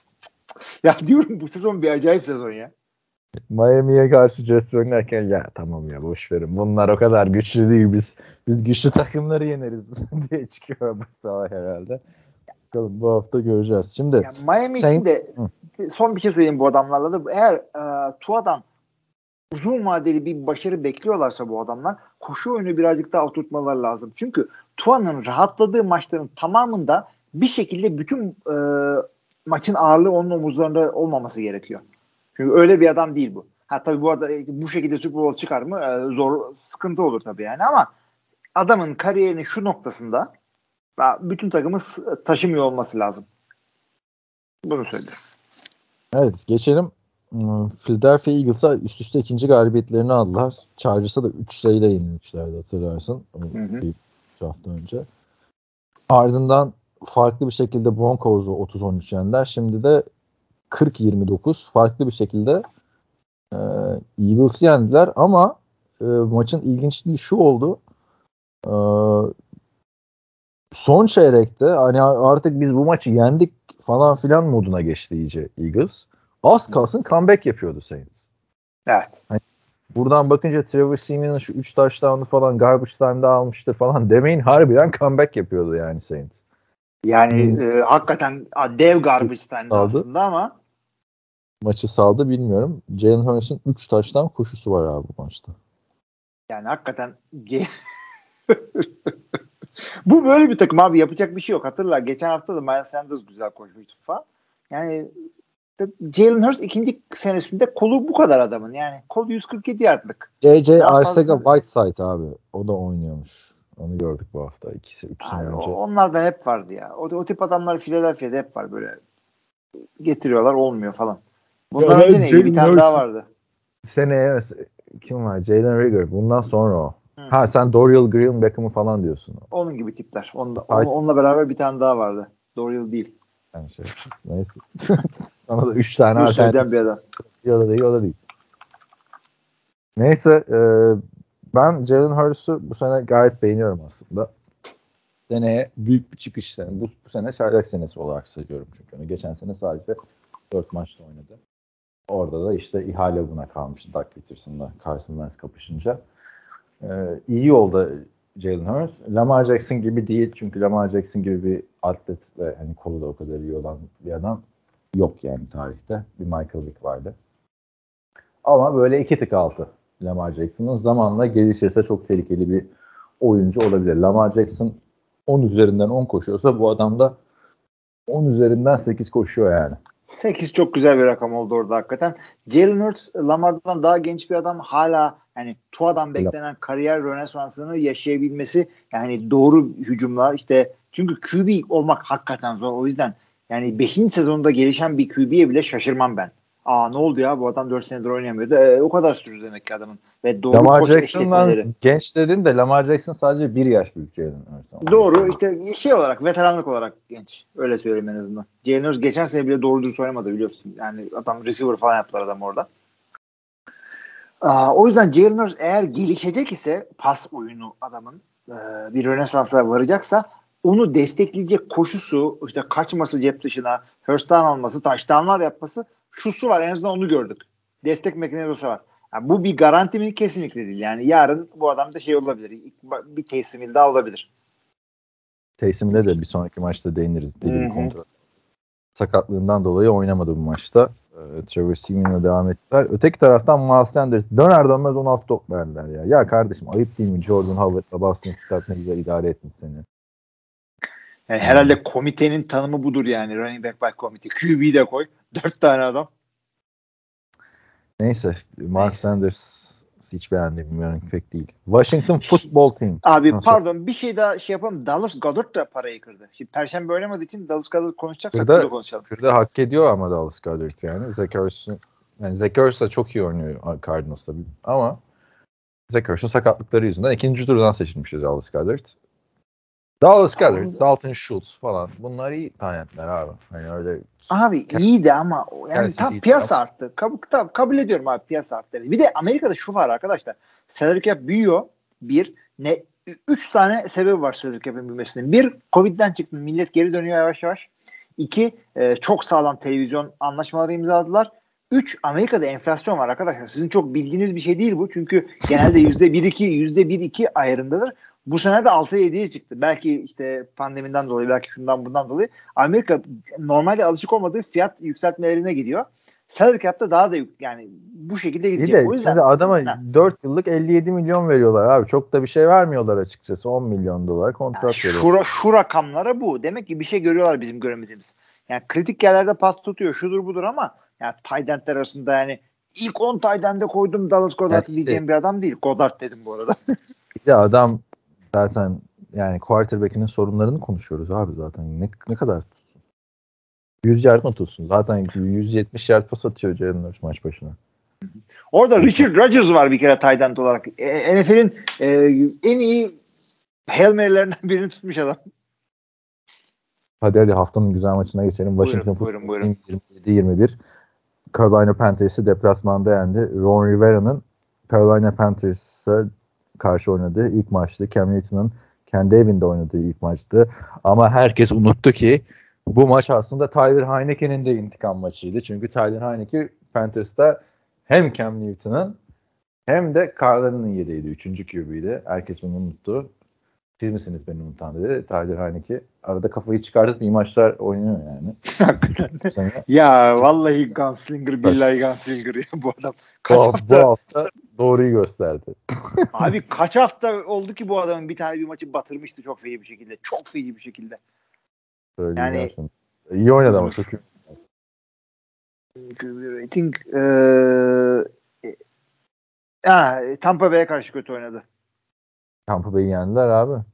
Ya diyorum bu sezon bir acayip sezon ya. Miami'ye karşı Jets oynarken ya tamam ya boş verin. Bunlar o kadar güçlü değil biz. Biz güçlü takımları yeneriz diye çıkıyor bu sahaya herhalde. Bakalım bu hafta göreceğiz. Şimdi ya Miami sen... için de son bir şey söyleyeyim bu adamlarla da. Eğer e, Tua'dan uzun vadeli bir başarı bekliyorlarsa bu adamlar koşu oyunu birazcık daha oturtmaları lazım. Çünkü Tua'nın rahatladığı maçların tamamında bir şekilde bütün e, maçın ağırlığı onun omuzlarında olmaması gerekiyor. Çünkü öyle bir adam değil bu. Ha tabii bu arada bu şekilde Super Bowl çıkar mı? E, zor, sıkıntı olur tabii yani ama adamın kariyerinin şu noktasında bütün takımı taşımıyor olması lazım. Bunu söylüyorum. Evet geçelim. Philadelphia Eagles'a üst üste ikinci galibiyetlerini aldılar. Chargers'a da üç sayıyla yenilmişlerdi hatırlarsın. Hı hı. Bir üç hafta önce. Ardından farklı bir şekilde Broncos'u otuz on üç yendiler. Şimdi de kırk yirmi dokuz farklı bir şekilde e, Eagles'ı yendiler ama e, maçın ilginçliği şu oldu. E, son çeyrekte hani artık biz bu maçı yendik falan filan moduna geçti iyice Eagles. Az kalsın comeback yapıyordu Saints. Evet. Hani buradan bakınca Trevor Siemian'ın şu üç touchdown'u falan garbage time'da almıştır falan demeyin harbiden comeback yapıyordu yani Saints. Yani hmm. e, hakikaten dev garbage time'da aslında ama maçı saldı bilmiyorum. Jalen Hurts'un üç taştan koşusu var abi bu maçta. Yani hakikaten bu böyle bir takım abi yapacak bir şey yok. Hatırla geçen hafta da Miles Sanders güzel koşmuştu falan. Yani Jalen Hurts ikinci senesinde kolu bu kadar adamın. Yani kolu yüz kırk yedi yardlık. J J Arcega-Whiteside abi. O da oynuyormuş. Onu gördük bu hafta. İkisi, üç sene önce. Onlardan hep vardı ya. O, o tip adamlar Philadelphia'da hep var böyle. Getiriyorlar olmuyor falan. Bundan ya önce neydi? Bir tane Hurts, daha vardı. Seneye kim var? Jalen Reagor. Bundan sonra o. Hı. Ha sen Dorial Green Beckham'ı falan diyorsun. Onun gibi tipler. Onunla, on, onunla beraber bir tane daha vardı. Dorial değil. Yani şey, neyse. Sana da üç tane alternatif. Bir adam. O da değil, o da değil. Neyse e, ben Jalen Hurts'u bu sene gayet beğeniyorum aslında. Seneye büyük bir çıkış sene. Bu, bu sene çaylak senesi olarak sayıyorum çünkü. Onu geçen sene sadece dört maçta oynadı. Orada da işte ihale buna kalmıştı. Doug Peterson'la Carson Wentz kapışınca. Ee, iyi yolda Jalen Hurts. Lamar Jackson gibi değil. Çünkü Lamar Jackson gibi bir atlet ve hani kolu da o kadar iyi olan bir adam yok yani tarihte. Bir Michael Vick vardı. Ama böyle iki tık altı Lamar Jackson'ın zamanla gelişirse çok tehlikeli bir oyuncu olabilir. Lamar Jackson on üzerinden on koşuyorsa bu adam da on üzerinden sekiz koşuyor yani. sekiz çok güzel bir rakam oldu orada hakikaten. Jalen Hurts Lamar'dan daha genç bir adam, hala hani Tua'dan beklenen kariyer rönesansını yaşayabilmesi, yani doğru hücumla işte, çünkü Q B olmak hakikaten zor. O yüzden yani beşinci sezonunda gelişen bir Q B'ye bile şaşırmam ben. Aa ne oldu ya bu adam dört senedir oynayamıyordu. E, o kadar sürdü demek ki adamın. Ve doğru Lamar koç Jackson'dan eşleşmeleri. genç dedin de Lamar Jackson sadece bir yaş büyük Jalen Hurts. Doğru işte şey olarak veteranlık olarak genç. Öyle söyleyeyim en azından. Jalen Hurts geçen sene bile doğru dürüst oynamadı biliyorsun. Yani adam receiver falan yaptılar adam orada. Aa, o yüzden Jalen Hurts eğer gelişecek ise pas oyunu adamın e, bir rönesansa varacaksa onu destekleyecek koşusu, işte kaçması cep dışına, first down alması, touchdownlar yapması, şusu var en azından onu gördük. Destek mekanizması var. Yani bu bir garanti mi? Kesinlikle değil. Yani yarın bu adam da şey olabilir. Bir teslimil daha olabilir. Taysim'de de bir sonraki maçta değiniriz. Deli bir kontrol. Sakatlığından dolayı oynamadı bu maçta. Ee, Trevor Simeon'la devam ettiler. Öteki taraftan Miles Sanders döner dönmez on altı top verdiler ya. Ya kardeşim ayıp değil mi? Jordan Howard'la Boston Scott ne güzel idare etmiş seni. Yani herhalde komitenin tanımı budur yani. Running back by komite. Q B'yi de koy. Dört tane adam. Neyse. Miles Sanders hiç beğendiğim bir running back değil. Washington Football Team. Abi Nasıl? pardon bir şey daha şey yapalım. Dallas Goedert da parayı kırdı. Şimdi Perşembe oynamadığı için Dallas Goedert konuşacaksak Kırda, burada konuşalım. Kırda hak ediyor ama Dallas Goedert yani. Zach Ertz yani Zach Ertz da çok iyi oynuyor Cardinals'ta ama Zach Ertz'in sakatlıkları yüzünden ikinci turdan seçilmişti Dallas Goedert. Dallas Goedert, Dalton Schultz falan. Bunlar iyi tayyentler abi. Hani öyle Abi iyiydi ama yani tam piyasa ama. arttı. Kabul, tam, kabul ediyorum abi piyasa arttı. Bir de Amerika'da şu var arkadaşlar. Salary cap büyüyor. Bir. Ne? Üç tane sebebi var salary cap'in büyümesinin. Bir. Covid'den çıktı. Millet geri dönüyor yavaş yavaş. İki. E, çok sağlam televizyon anlaşmaları imzaladılar. Üç. Amerika'da enflasyon var arkadaşlar. Sizin çok bildiğiniz bir şey değil bu. Çünkü genelde yüzde bir iki, yüzde bir iki ayarındadır. Bu sene de altıya yediye çıktı. Belki işte pandemiden dolayı, belki şundan bundan dolayı. Amerika normalde alışık olmadığı fiyat yükseltmelerine gidiyor. Salary cap'ta daha da yük, yani bu şekilde gidecek. De, o yüzden şimdi adama ha. dört yıllık elli yedi milyon veriyorlar abi. Çok da bir şey vermiyorlar açıkçası. on milyon dolar kontrat Yani veriyorlar. şu, şu rakamlara bu. Demek ki bir şey görüyorlar bizim göremediğimiz. Yani kritik yerlerde pas tutuyor. Şudur budur ama yani tight endler arasında yani ilk on tight end'e koydum Dallas Goedert'ı Yani diyeceğim bir adam değil. Goedert dedim bu arada. Bir de adam zaten yani quarterback'inin sorunlarını konuşuyoruz abi zaten. Ne, ne kadar tutsun? yüz yard mı tutsun? Zaten yüz yetmiş yard pas atıyor Jalen Hurts maç başına. Orada Richard Rodgers var bir kere tight end olarak. E, N F L'in e, en iyi Hail Mary'lerinden birini tutmuş adam. Hadi hadi haftanın güzel maçına geçelim. Buyurun, Washington buyurun, Football buyurun. Team yirmi yedi yirmi bir Carolina Panthers'ı deplasmanda yendi. Ron Rivera'nın Carolina Panthers'a karşı oynadığı ilk maçtı. Cam Newton'un kendi evinde oynadığı ilk maçtı. Ama herkes unuttu ki bu maç aslında Tyler Heineke'nin de intikam maçıydı. Çünkü Tyler Heineke Panthers'ta hem Cam Newton'un hem de Carolyna'nın yedeğiydi. Üçüncü Q B'ydi. Herkes bunu unuttu. Siz misiniz beni unutan dedi. Tyler Heineke arada kafayı çıkartıp iyi maçlar oynuyor yani. Hakikaten. Ya vallahi gunslinger, billahi gunslinger ya bu adam. Kaç bu, hafta, bu hafta doğruyu gösterdi. abi kaç hafta oldu ki bu adamın bir tane bir maçı batırmıştı çok feci bir şekilde. Çok feci bir şekilde. Yani iyi oynadı ama çok iyi. Rating ee, ha, Tampa Bay'e karşı kötü oynadı. Tampa Bay'i yendiler abi.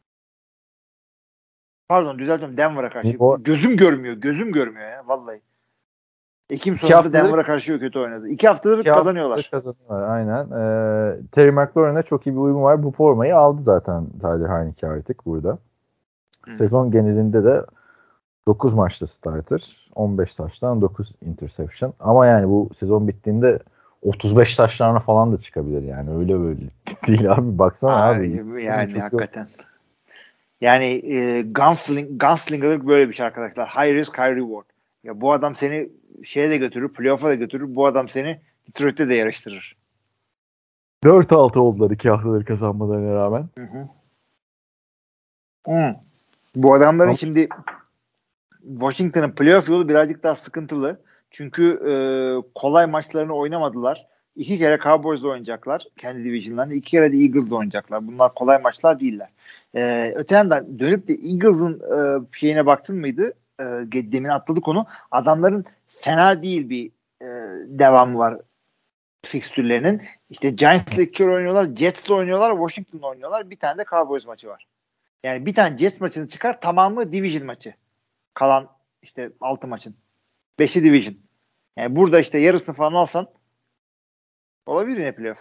Pardon düzeltiyorum, Denver'a karşı. O, gözüm görmüyor. Gözüm görmüyor ya vallahi. Ekim sonunda Denver'a karşı kötü oynadı. İki haftadır iki kazanıyorlar. Haftadır kazanıyorlar aynen. Ee, Terry McLaurin'e çok iyi bir uyumu var. Bu formayı aldı zaten Tyler Heineke artık burada. Hmm. Sezon genelinde de dokuz maçta starter. on beş taştan dokuz interception. Ama yani bu sezon bittiğinde otuz beş taşlarına falan da çıkabilir yani. Öyle böyle değil abi. Baksana abi. abi yani hakikaten. Yok. Yani e, gunsling, gunslinger'lık böyle bir şey arkadaşlar. High risk, high reward. Ya bu adam seni şeye de götürür, playoff'a da götürür. Bu adam seni Detroit'te de yarıştırır. dört altı oldular iki haftadır kazanmalarına rağmen. Hı hı. Hı. Bu adamların Ama... şimdi Washington'ın playoff yolu birazcık daha sıkıntılı. Çünkü e, kolay maçlarını oynamadılar. İki kere Cowboys'la oynayacaklar. Kendi division'larında. İki kere de Eagles'la oynayacaklar. Bunlar kolay maçlar değiller. Ee, öte yandan dönüp de Eagles'ın e, şeyine baktın mıydı? E, demin atladık onu. Adamların fena değil bir e, devamı var fikstürlerinin. İşte Giants'la iki kere oynuyorlar. Jets'la oynuyorlar. Washington'la oynuyorlar. Bir tane de Cowboys maçı var. Yani bir tane Jets maçını çıkar, tamamı division maçı. Kalan işte altı maçın. Beşi division. Yani burada işte yarısını falan alsan olabilir yine playoff.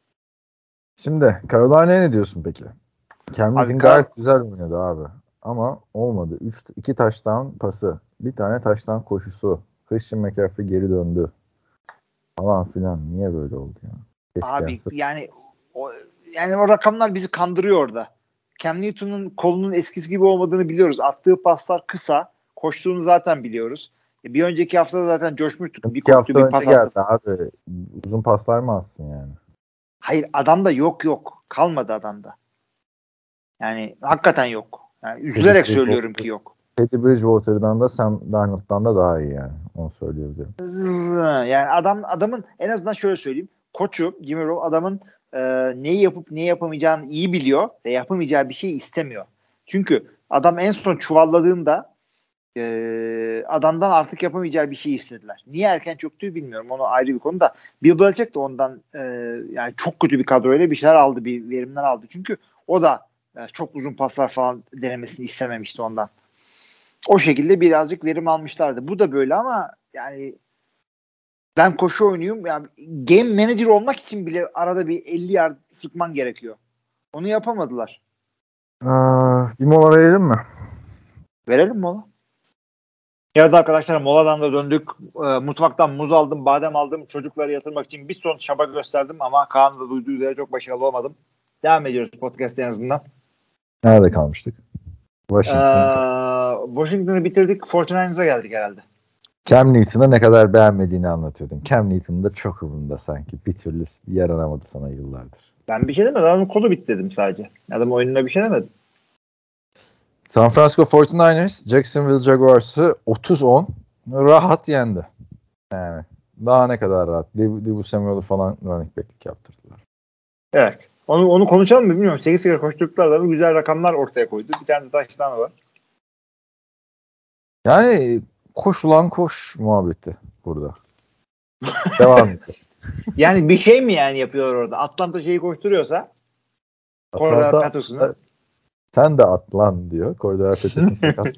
Şimdi Carolina'ya ne diyorsun peki? Cam Newton Abi, gayet Kar- güzel oynadı abi. Ama olmadı. üç iki touchdown pası. Bir tane touchdown koşusu. Christian McCaffrey geri döndü. Falan filan. Niye böyle oldu ya? Keşke Abi yani. yani o, yani o rakamlar bizi kandırıyor orada. Cam Newton'un kolunun eskisi gibi olmadığını biliyoruz. Attığı paslar kısa. Koştuğunu zaten biliyoruz. E, Bir önceki haftada zaten Josh Newton bir İki koptu hafta bir önce pas attı. geldi abi. Uzun paslar mı atsın yani? Hayır, adamda yok yok. Kalmadı adamda. Yani hakikaten yok. Yani Teddy üzülerek söylüyorum Bridgewater, ki yok. Teddy Bridgewater'dan da Sam Darnold'dan da daha iyi yani. Onu söyleyebilirim. Yani adam adamın en azından şöyle söyleyeyim. Koçu Jimmy Rowe adamın e, neyi yapıp neyi yapamayacağını iyi biliyor ve yapamayacağı bir şey istemiyor. Çünkü adam en son çuvalladığında e, adamdan artık yapamayacağı bir şey istediler. Niye erken çöktüğü bilmiyorum. Onu ayrı bir konu da. Bill Belichick de ondan e, yani çok kötü bir kadroyla bir şeyler aldı. Bir verimler aldı. Çünkü o da e, çok uzun paslar falan denemesini istememişti ondan. O şekilde birazcık verim almışlardı. Bu da böyle ama yani ben koşu oynuyorum. Yani game manager olmak için bile arada bir elli yard sıkman gerekiyor. Onu yapamadılar. Aa, bir mola verelim mi? Verelim mola. Evet arkadaşlar, moladan da döndük. E, mutfaktan muz aldım, badem aldım. Çocukları yatırmak için bir son çaba gösterdim ama Kaan da duyduğu üzere çok başarılı olmadım. Devam ediyoruz podcast en azından. Nerede kalmıştık? Washington. Ee, Washington'ı bitirdik. kırk dokuz'a geldik herhalde. Cam Newton'ı ne kadar beğenmediğini anlatıyordun. Cam Newton da çok umurunda sanki. Bir türlü yaranamadı sana yıllardır. Ben bir şey demedim. Adamın kolu bitti dedim sadece. Adam oyununa bir şey demedim. San Francisco kırk dokuzers Jacksonville Jaguars'ı otuz on rahat yendi. Yani daha ne kadar rahat. Dibu, Dibu Samuel'u falan running back'lik yaptırdılar. Evet. Onu onu konuşalım mı bilmiyorum. sekiz kere koştukları da güzel rakamlar ortaya koydu. Bir tane de taştan var. Yani koş ulan koş muhabbeti burada. Devam et. Yani bir şey mi yani yapıyor orada? Atlanta şeyi koşturuyorsa Cordell Patterson'ı. Sen de at lan diyor. Cordell Patterson sakat.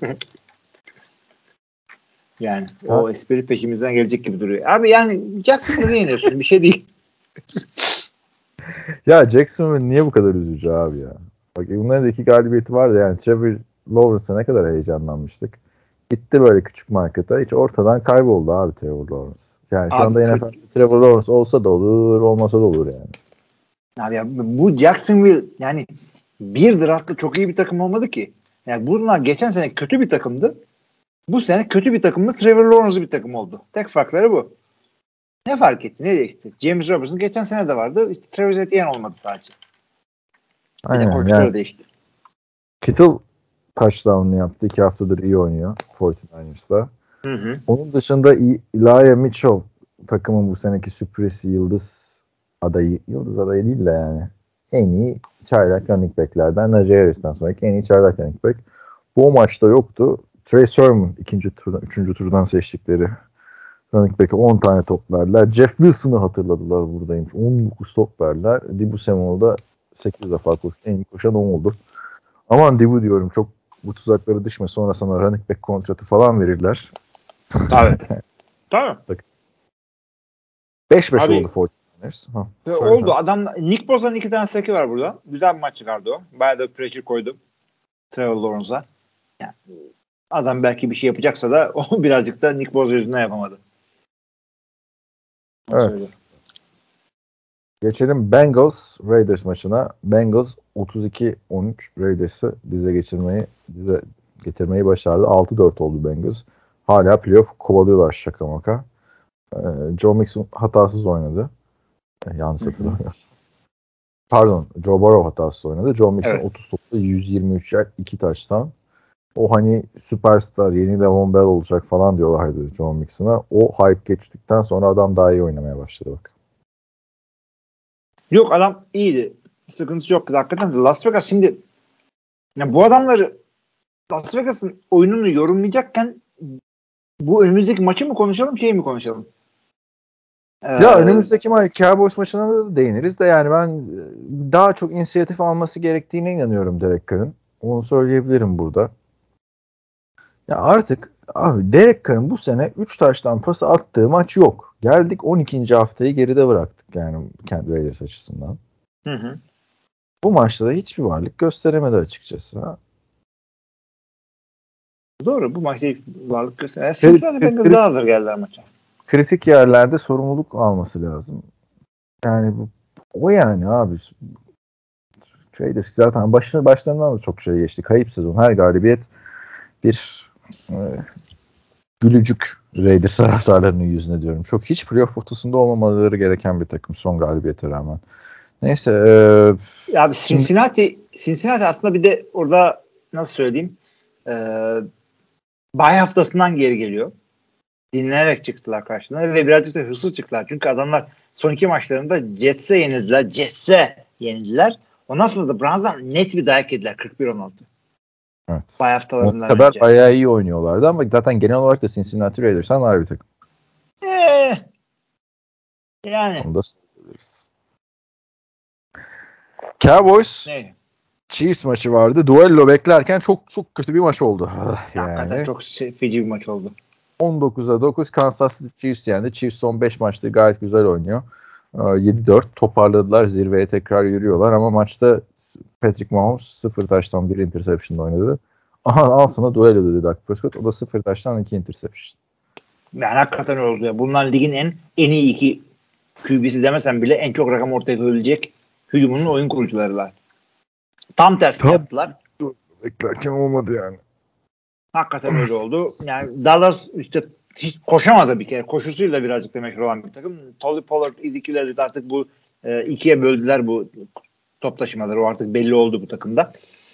Yani Ha? o espri peşimizden gelecek gibi duruyor. Abi yani Jacksonville'ı yeniyorsun. Bir şey değil. Ya Jacksonville niye bu kadar üzücü abi ya? Bak bunların da iki galibiyeti vardı yani. Trevor Lawrence'a ne kadar heyecanlanmıştık. Gitti böyle küçük markete. Hiç ortadan kayboldu abi Trevor Lawrence. Yani şu Abi, anda N F L'de Trevor Lawrence olsa da olur, olmasa da olur yani. Abi ya, bu Jacksonville yani bir draft'ta çok iyi bir takım olmadı ki. Yani bunlar geçen sene kötü bir takımdı. Bu sene kötü bir takımdı. Trevor Lawrence'lı bir takım oldu. Tek farkları bu. Ne fark etti? Ne değişti? James Robertson geçen sene de vardı. İşte Travis Etienne olmadı sadece. Bir Aynen de koçları yani. değişti. Kittle touchdown'ını yaptı. İki haftadır iyi oynuyor kırk dokuzers'da. Hı hı. Onun dışında Elijah Mitchell takımın bu seneki sürpriz yıldız adayı. Yıldız adayı değil de yani. En iyi çaylak running back'lerden Najee Harris'ten sonraki en iyi çaylak running back. Bu maçta yoktu. Trey Sermon ikinci turdan, üçüncü turdan seçtikleri running back'e on tane top verdiler. Jeff Wilson'ı hatırladılar buradaymış. on dokuz top verdiler. Dibu Samuel'da sekiz defa koştu. En iyi koşan o oldu. Aman Dibu diyorum, çok bu tuzakları düşme, sonra sana running back kontratı falan verirler. Tabii. Tabii. beş beş Abi, oldu kırk dokuzers. Ha, oldu. Adam Nick Bosa'nın iki tane seki var burada. Güzel bir maç çıkardı o. Bayağı da pressure koydu Trevor Lawrence'a. Yani, adam belki bir şey yapacaksa da o birazcık da Nick Bosa yüzünden yapamadı. Evet. Söyle. Geçelim Bengals Raiders maçına. Bengals otuz iki on üç Raiders'ı dize geçirmeyi dize getirmeyi başardı. altı dört oldu Bengals. Hala playoff kovalıyorlar şaka maka. Ee, Joe Mixon hatasız oynadı. Ee, yanlış hatırlamıyorum. Pardon, Joe Burrow hatasız oynadı. Joe Mixon Evet. otuz topta yüz yirmi üç yard, iki touchdown. O hani süperstar, yeni Le'Veon Bell olacak falan diyorlardı Joe Mixon'a. O hype geçtikten sonra adam daha iyi oynamaya başladı bak. Yok, adam iyiydi. Sıkıntısı yok. Hakikaten de Las Vegas şimdi yani bu adamları Las Vegas'ın oyununu yorumlayacakken bu önümüzdeki maçı mı konuşalım, şey mi konuşalım? Ee, Ya önümüzdeki maç Cowboys maçına da değiniriz de yani ben daha çok inisiyatif alması gerektiğine inanıyorum Derek Carr'ın. Onu söyleyebilirim burada. Ya artık abi Derek Carr'ın bu sene üç taştan pası attığı maç yok. Geldik on ikinci haftayı geride bıraktık yani kendi Raiders açısından. Hı hı. Bu maçta da hiçbir varlık gösteremedi açıkçası. Ha? Doğru, bu maçta hiç varlık gösteremedi. Cincinnati Bengals daha hazır geldiler maça. Kritik yerlerde sorumluluk alması lazım. Yani bu, o yani abi. Raiders zaten başına, başlarından da çok şey geçti. Kayıp sezon. Her galibiyet bir e, gülücük Raiders taraftarlarının yüzüne diyorum. Çok hiç playoff potasında olmamaları gereken bir takım son galibiyete rağmen. Neyse. E, Abi Cincinnati, şimdi... Cincinnati aslında bir de orada nasıl söyleyeyim e, bay haftasından geri geliyor. Dinlenerek çıktılar karşılarına ve birazcık da hırsız çıktılar. Çünkü adamlar son iki maçlarında Jets'e yenildiler. Jets'e yenildiler. Ondan sonra da Browns'dan net bir dayak yediler. kırk bir on altı. Evet. Bay haftalarından o kadar önce. bayağı iyi oynuyorlardı ama zaten genel olarak da Cincinnati Raiders'tan daha bir takım. Eee yani. Onu da söyleriz. Cowboys Ne? Chiefs maçı vardı. Duello beklerken çok çok kötü bir maç oldu. Yani. Hakikaten çok feci bir maç oldu. on dokuza dokuz Kansas City Chiefs yendi. Chiefs son beş maçtır gayet güzel oynuyor. yedi dört toparladılar. Zirveye tekrar yürüyorlar ama maçta Patrick Mahomes sıfır taştan bir interception oynadı. Aha al sana duello dedi Dak Prescott. O da sıfır taştan iki interception. Yani hakikaten öyle oldu ya. Bunlar ligin en en iyi iki Q B'si demesem bile en çok rakam ortaya koyabilecek hücumunun oyun kurucularılar. Tam tersini Tam yaptılar. beklerken olmadı yani. Hakikaten öyle oldu. Yani Dallas işte hiç koşamadı bir kere. Koşusuyla birazcık da meşhur olan bir takım. Tolly Pollard, Ezekiel Elliott artık bu e, ikiye böldüler bu top taşımaları. O artık belli oldu bu takımda.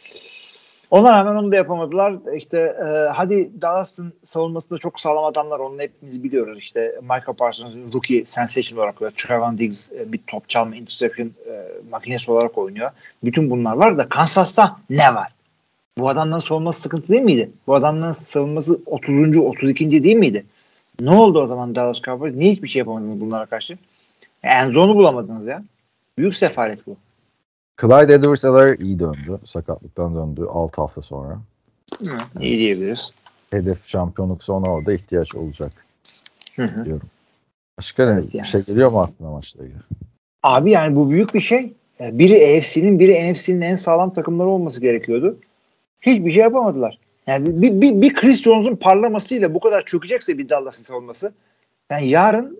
Ona rağmen onu da yapamadılar. İşte e, hadi Dallas'ın savunmasında çok sağlam adamlar. Onu hepimiz biliyoruz. İşte Michael Parsons rookie sensation olarak oynuyor. Trevon Diggs e, bir top çalma interception e, makinesi olarak oynuyor. Bütün bunlar var da Kansas'ta ne var? Bu adamların savunması sıkıntı değil miydi? Bu adamların savunması otuzuncu otuz ikinci değil miydi? Ne oldu o zaman Dallas Cowboys? Niye hiçbir şey yapamadınız bunlara karşı? Enzo'nu bulamadınız ya. Büyük sefalet bu. Clyde Edwards-Helaire iyi döndü. Sakatlıktan döndü altı hafta sonra. Hı, iyi diyebiliriz. Hedef şampiyonluk sonu orada ihtiyaç olacak. Hı hı. Diyorum. Başka evet ne? Yani. Bir şey geliyor mu aklına maçla ilgili? Abi yani bu büyük bir şey. Biri A F C'nin biri N F C'nin en sağlam takımları olması gerekiyordu. Hiçbir şey yapamadılar. Yani bir, bir, bir Chris Jones'un parlamasıyla bu kadar çökecekse bir Dallas'ın savunması, yani yarın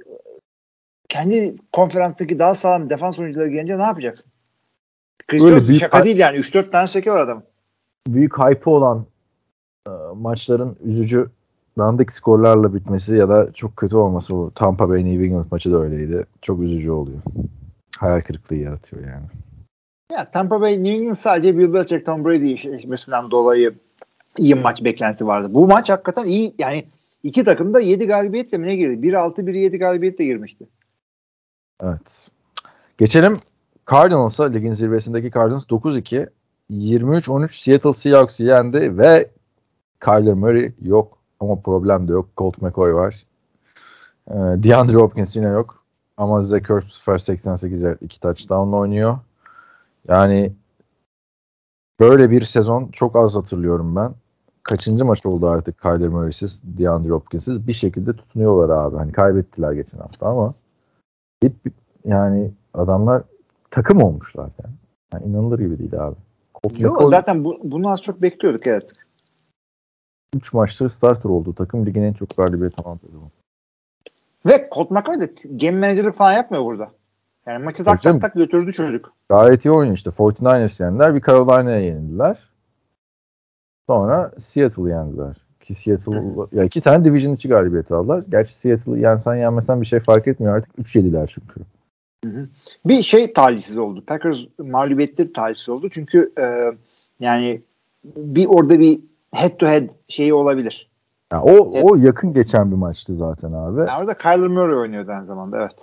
kendi konferanstaki daha sağlam defans oyuncuları gelince ne yapacaksın? Chris Öyle Jones büyük şaka hay- değil yani. üç dört tane şeke var adamın. Büyük hype'ı olan e, maçların üzücü dandik skorlarla bitmesi ya da çok kötü olması, bu Tampa Bay New England maçı da öyleydi. Çok üzücü oluyor. Hayal kırıklığı yaratıyor yani. Ya Tampa Bay New England sadece Bill Belichick Tom Brady eşleşmesinden dolayı iyi maç beklenti vardı. Bu maç hakikaten iyi. Yani iki takım da yedi galibiyetle mi ne girdi? biri altı biri yedi galibiyetle girmişti. Evet. Geçelim Cardinals'a. Ligin zirvesindeki Cardinals dokuz iki yirmi üç on üç Seattle Seahawks'ı yendi ve Kyler Murray yok ama problem de yok. Colt McCoy var. Ee, DeAndre Hopkins yine yok. Ama Zach Ertz bu sefer seksen sekiz yard iki touchdown'la oynuyor. Yani böyle bir sezon çok az hatırlıyorum ben. Kaçıncı maç oldu artık Kyler Murray'siz, DeAndre Hopkins'siz bir şekilde tutunuyorlar abi. Hani kaybettiler geçen hafta ama hep yani adamlar takım olmuşlar yani. Yani inanılır gibi değil abi. Colt Yok McCoy, zaten bu, bunu az çok bekliyorduk evet. üç maçtır starter oldu. Takım ligin en çok galibiyet tamamladı. Ve Colt McCoy da game manager'lık falan yapmıyor burada. Yani maçı tak tak tak götürdü çocuk. Gayet iyi oynuyor işte. kırk dokuzers yendiler. Bir Carolina'ya yenildiler. Sonra Seattle'ı yendiler. Ki Seattle, ya iki tane division içi galibiyeti aldılar. Gerçi Seattle'ı yensen yenmesen bir şey fark etmiyor artık. üç yediler çünkü. Hı hı. Bir şey talihsiz oldu. Packers mağlubiyetleri talihsiz oldu. Çünkü e, yani bir orada bir head to head şeyi olabilir. Ya o evet. O yakın geçen bir maçtı zaten abi. Yani orada Kyler Murray oynuyordu aynı zamanda evet.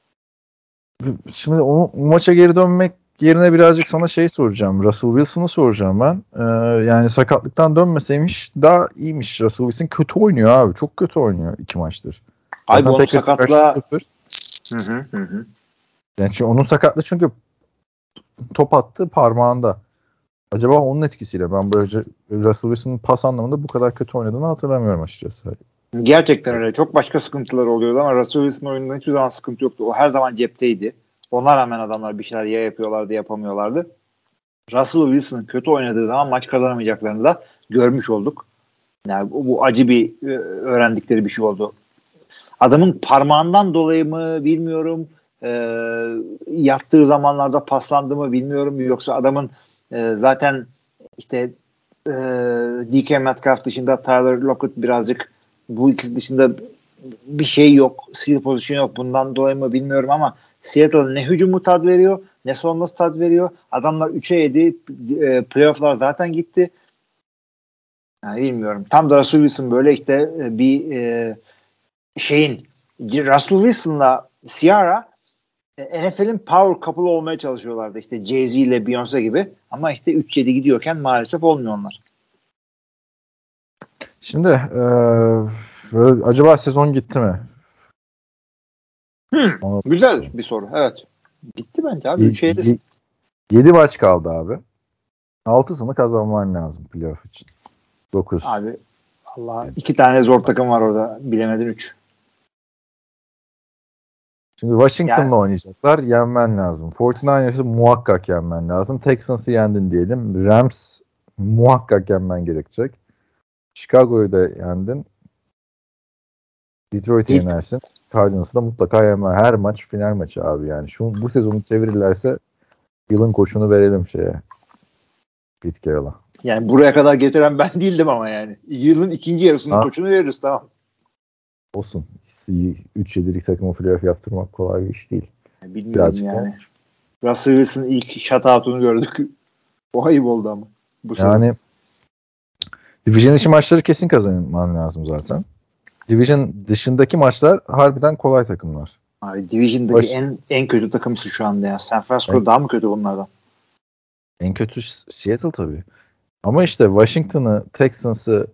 Şimdi onu, o maça geri dönmek yerine birazcık sana şey soracağım. Russell Wilson'ı soracağım ben. Ee, yani sakatlıktan dönmeseymiş daha iyiymiş. Russell Wilson kötü oynuyor abi. Çok kötü oynuyor iki maçtır. Abi onun sakatlığa... Hı hı hı hı. Yani çünkü onun sakatlığı çünkü top attı parmağında. acaba onun etkisiyle ben böylece Russell Wilson'ın pas anlamında bu kadar kötü oynadığını hatırlamıyorum açıkçası. Gerçekten öyle. Çok başka sıkıntılar oluyordu ama Russell Wilson oyununda hiçbir zaman sıkıntı yoktu. O her zaman cepteydi. Ona rağmen adamlar bir şeyler ya yapıyorlardı, yapamıyorlardı. Russell Wilson'ın kötü oynadığı zaman maç kazanamayacaklarını da görmüş olduk. Yani bu, bu acı bir öğrendikleri bir şey oldu. Adamın parmağından dolayı mı bilmiyorum. E, yattığı zamanlarda paslandı mı bilmiyorum. Yoksa adamın e, zaten işte e, D K Metcalf dışında Tyler Lockett birazcık bu ikisi dışında bir şey yok. Skill pozisyon yok. Bundan dolayı mı bilmiyorum ama Seattle ne hücumu tad veriyor ne savunması tad veriyor. Adamlar üçe yedi. E, playoff'lar zaten gitti. Yani bilmiyorum. Tam da Russell Wilson böyle işte bir e, şeyin Russell Wilson'la Ciara N F L'in power couple olmaya çalışıyorlardı. İşte Jay-Z ile Beyoncé gibi. Ama işte üç yedi gidiyorken maalesef olmuyor onlar. Şimdi e, böyle, acaba sezon gitti mi? Hmm, güzel bir soru. Evet. Gitti bence abi. üç yedi yedi maç kaldı abi. altısını kazanman lazım playoff için. dokuz. Abi Allah iki tane zor takım var orada. Bilemedin üç. Şimdi Washington'la yani, oynayacaklar. Yenmen lazım. kırk dokuzları muhakkak yenmen lazım. Texans'ı yendin diyelim. Rams muhakkak yenmen gerekecek. Chicago'yu da yendin. Detroit'i yenersin. Cardinals'ı da mutlaka yenmen. Her maç final maçı abi yani. Şu bu sezonu çevirirlerse yılın koçunu verelim şeye. Pete Carroll'a. Yani buraya kadar getiren ben değildim ama yani. Yılın ikinci yarısının ha? koçunu veririz tamam. Olsun. üç yedilik takımı playoff yaptırmak kolay bir iş değil. Bilmiyorum Birazcık yani. Olmuş. Russell Wilson'ın ilk shutout'unu gördük. O ayıp oldu ama. Bu yani sene. Division içi maçları kesin kazanman lazım zaten. Division dışındaki maçlar harbiden kolay takımlar. Abi Division'daki Baş... en en kötü takımsın şu anda ya. San Francisco evet. Daha mı kötü bunlardan? En kötü Seattle tabii. Ama işte Washington'ı, Texans'ı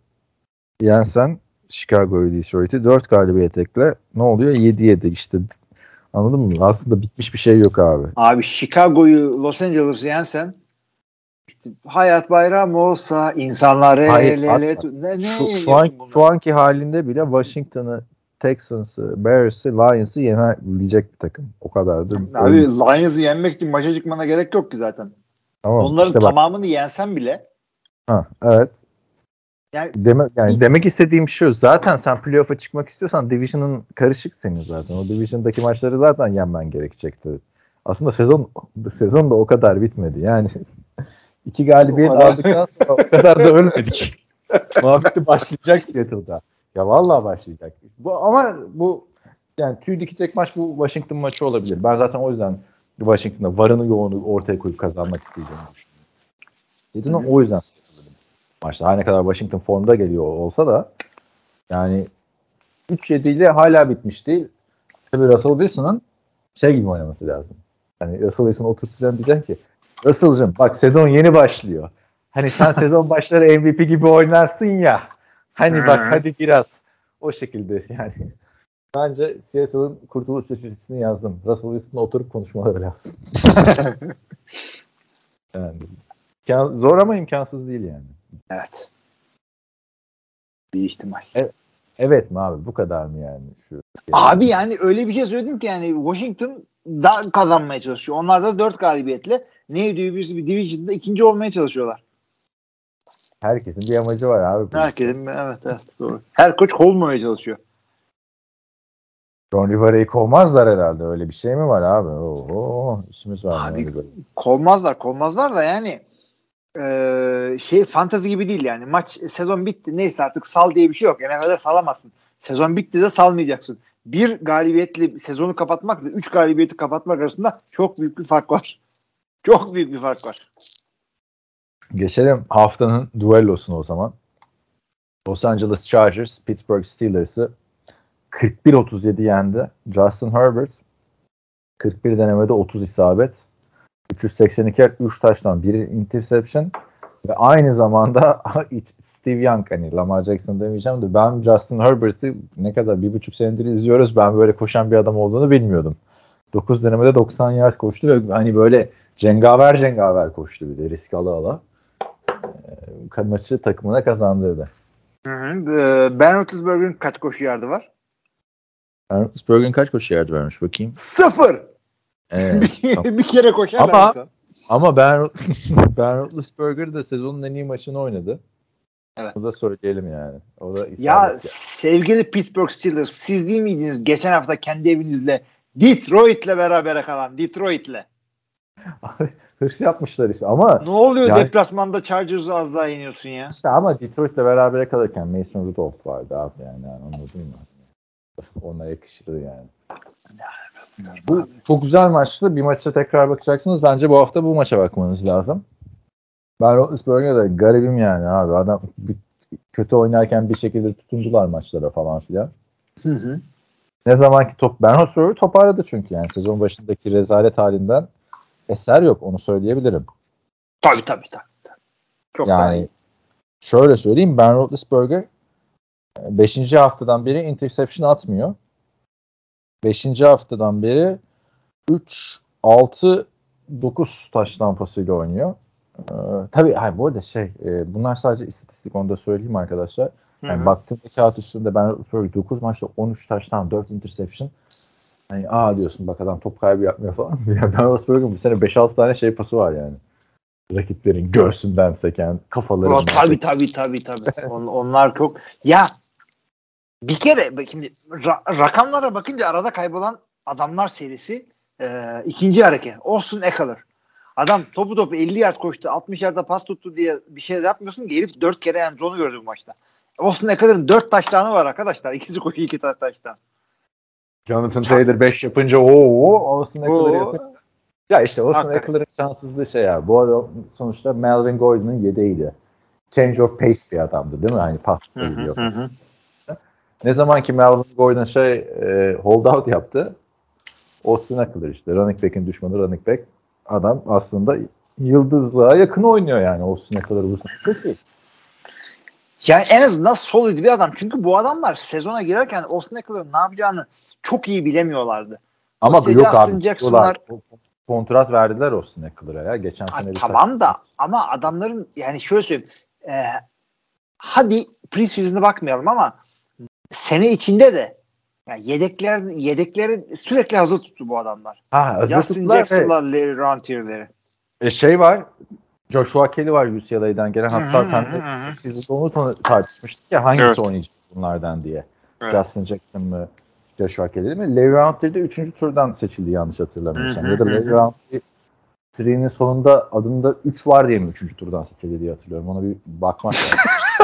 yensen Chicago'yu, Detroit'i dört galibiyet ekle. Ne oluyor? yedi yedi işte. Anladın mı? Aslında bitmiş bir şey yok abi. Abi Chicago'yu, Los Angeles'ı yensen işte hayat bayramı olsa insanları el ele ne, ne şu, şu, an, şu anki halinde bile Washington'ı, Texans'ı, Bears'ı, Lions'ı yenebilecek bir takım. O kadardır. Abi öyle. Lions'ı yenmek için maça çıkmana gerek yok ki zaten. Tamam, onların işte tamamını bak. Yensen bile. Ha, evet. Yani, Deme, yani ilk... demek istediğim şu. Zaten sen playoff'a çıkmak istiyorsan Division'ın karışık senin zaten. O Division'daki maçları zaten yenmen gerekecekti. Aslında sezon sezon da o kadar bitmedi. Yani iki galibiyet aldıktan sonra o kadar da ölmedik. Muhabbeti başlayacak Seattle'da. Ya vallahi başlayacak. Bu ama bu yani tüy dikecek maç bu Washington maçı olabilir. Ben zaten o yüzden Washington'da varını yoğunu ortaya koyup kazanmak isteyeceğim. Dedim o yüzden maçta her ne kadar Washington formda geliyor olsa da yani üç yedi ile hala bitmiş değil. Tabii Russell Wilson'ın şey gibi oynaması lazım. Hani Russell Wilson oturttuğundan diyecek ki Russell'cığım bak sezon yeni başlıyor. Hani sen sezon başları M V P gibi oynarsın ya. Hani bak hadi biraz o şekilde yani. Bence Seattle'ın kurtuluş sefisini yazdım. Russell Wilson'la oturup konuşmaları lazım. yani zor ama imkansız değil yani. Evet. Bir ihtimal. Evet, evet mi abi? Bu kadar mı yani? Şu abi yani öyle bir şey söyledin ki yani Washington da kazanmaya çalışıyor. Onlar da dört galibiyetle ne diyor bir, bir Division'da ikinci olmaya çalışıyorlar. Herkesin bir amacı var abi. Herkesin evet evet doğru. Her koç kovmaya çalışıyor. Ron Rivera'yı kovmazlar herhalde. Öyle bir şey mi var abi? Oo, işimiz var. Abi kovmazlar kovmazlar da yani Ee, şey fantazi gibi değil yani. Maç sezon bitti. Neyse artık sal diye bir şey yok. N F L'de salamazsın. Sezon bitti de salmayacaksın. Bir galibiyetli sezonu kapatmakla üç galibiyeti kapatmak arasında çok büyük bir fark var. Çok büyük bir fark var. Geçelim haftanın duellosunu o zaman. Los Angeles Chargers Pittsburgh Steelers'ı kırk bir otuz yedi yendi. Justin Herbert kırk bir denemede otuz isabet. üç yüz seksen iki üç taştan bir interception ve aynı zamanda Steve Young hani Lamar Jackson demeyeceğim de ben Justin Herbert'i ne kadar bir buçuk senedir izliyoruz. Ben böyle koşan bir adam olduğunu bilmiyordum. dokuz denemede doksan yard koştu ve hani böyle cengaver cengaver koştu bir de risk ala ala. maçı takımına kazandırdı. Hı hı. Ben Roethlisberger'in kaç koşu yardı var? Ben Roethlisberger'in kaç koşu yardı vermiş bakayım. Sıfır. Ee, bir, bir kere koşarlar ama, insan. ama Ben, Ben Roethlisberger de sezonun en iyi maçını oynadı. Evet. Onu da söyleyelim yani. O da ya sevgili Pittsburgh Steelers, siz değil miydiniz geçen hafta kendi evinizle Detroit'le berabere kalan Detroit'le? Hırs yapmışlar işte ama ne oluyor yani, deplasmanda Chargers'ı az daha yeniyorsun ya? İşte ama Detroit'le berabere kalırken Mason Rudolph vardı abi yani, yani anladın mı? Ona yakışırdı yani. Bu çok güzel maçtı. Bir maçta tekrar bakacaksınız. Bence bu hafta bu maça bakmanız lazım. Ben Roethlisberger'de garibim yani abi. Adam bir, kötü oynarken bir şekilde tutundular maçlara falan filan. Hı hı. Ne zamanki top Ben Roethlisberger toparladı çünkü yani sezon başındaki rezalet halinden eser yok, onu söyleyebilirim. Tabii tabii tabii. Çok yani şöyle söyleyeyim, Ben Roethlisberger beşinci haftadan beri interception atmıyor. beşinci haftadan beri üç, altı, dokuz taş tampasıyla oynuyor. Ee, tabii hayır, bu arada şey e, bunlar sadece istatistik, onu da söyleyeyim arkadaşlar. Yani baktığımda kağıt üstünde ben dokuz maçta on üç taştan dört interception. Hani aa diyorsun bak adam top kaybı yapmıyor falan. Ya ben Roethlisberger'ın bu sene beş altı tane şey pası var yani. Rakiplerin göğsünden seken, kafalarından. Tabii tabii tabii tabii. On, onlar çok. Ya bir kere şimdi ra- rakamlara bakınca arada kaybolan adamlar serisi e, ikinci hareket. Austin Eckler. Adam topu topu elli yard koştu, altmış yardda pas tuttu diye bir şey yapmıyorsun ki, herif dört kere yani onu gördü bu maçta. Austin Eckler'ın dört taştanı var arkadaşlar. İkisi koşu, iki taş taştan. Jonathan Taylor beş yapınca ooo Austin Eckler yapınca. Ya işte Austin Eckler'ın şanssızlığı şey ya. Bu arada sonuçta Melvin Gordon'un yedeğiydi. Change of pace bir adamdı değil mi? Hani pas tutabiliyor. Ne zaman ki Melvin Gordon şey e, hold out yaptı, Austin Eckler işte running back'in düşmanı running back. Adam aslında yıldızlığa yakın oynuyor yani Austin Eckler bu sene. Çok iyi. Yani en azından solid bir adam. Çünkü bu adamlar sezona girerken Austin Eckler'ın ne yapacağını çok iyi bilemiyorlardı. Ama o yok abi. Jackson'lar kontrat verdiler Austin Eckler'a ya. Geçen ha, sene. Tamam tak- da ama adamların yani şöyle söyleyeyim. E, hadi preseason'a bakmayalım ama sene içinde de yani yedekler yedekleri sürekli hazır tuttu bu adamlar. Ha, hazır Justin tuttular. Jackson'lar, Larry Rontier'leri. E şey var. Joshua Kelly var U C L A'dan gelen. Hatta sen de siz onu tartışmıştık ya, hangisi evet. oynayacak bunlardan diye. Evet. Justin Jackson mı, Joshua Kelly değil mi? Larry Rountree de üçüncü turdan seçildi yanlış hatırlamıyorsam. Ya da Larry Rountree tree'nin sonunda adında üç var diye mi üçüncü turdan seçildi diye hatırlıyorum. Ona bir bakmak lazım.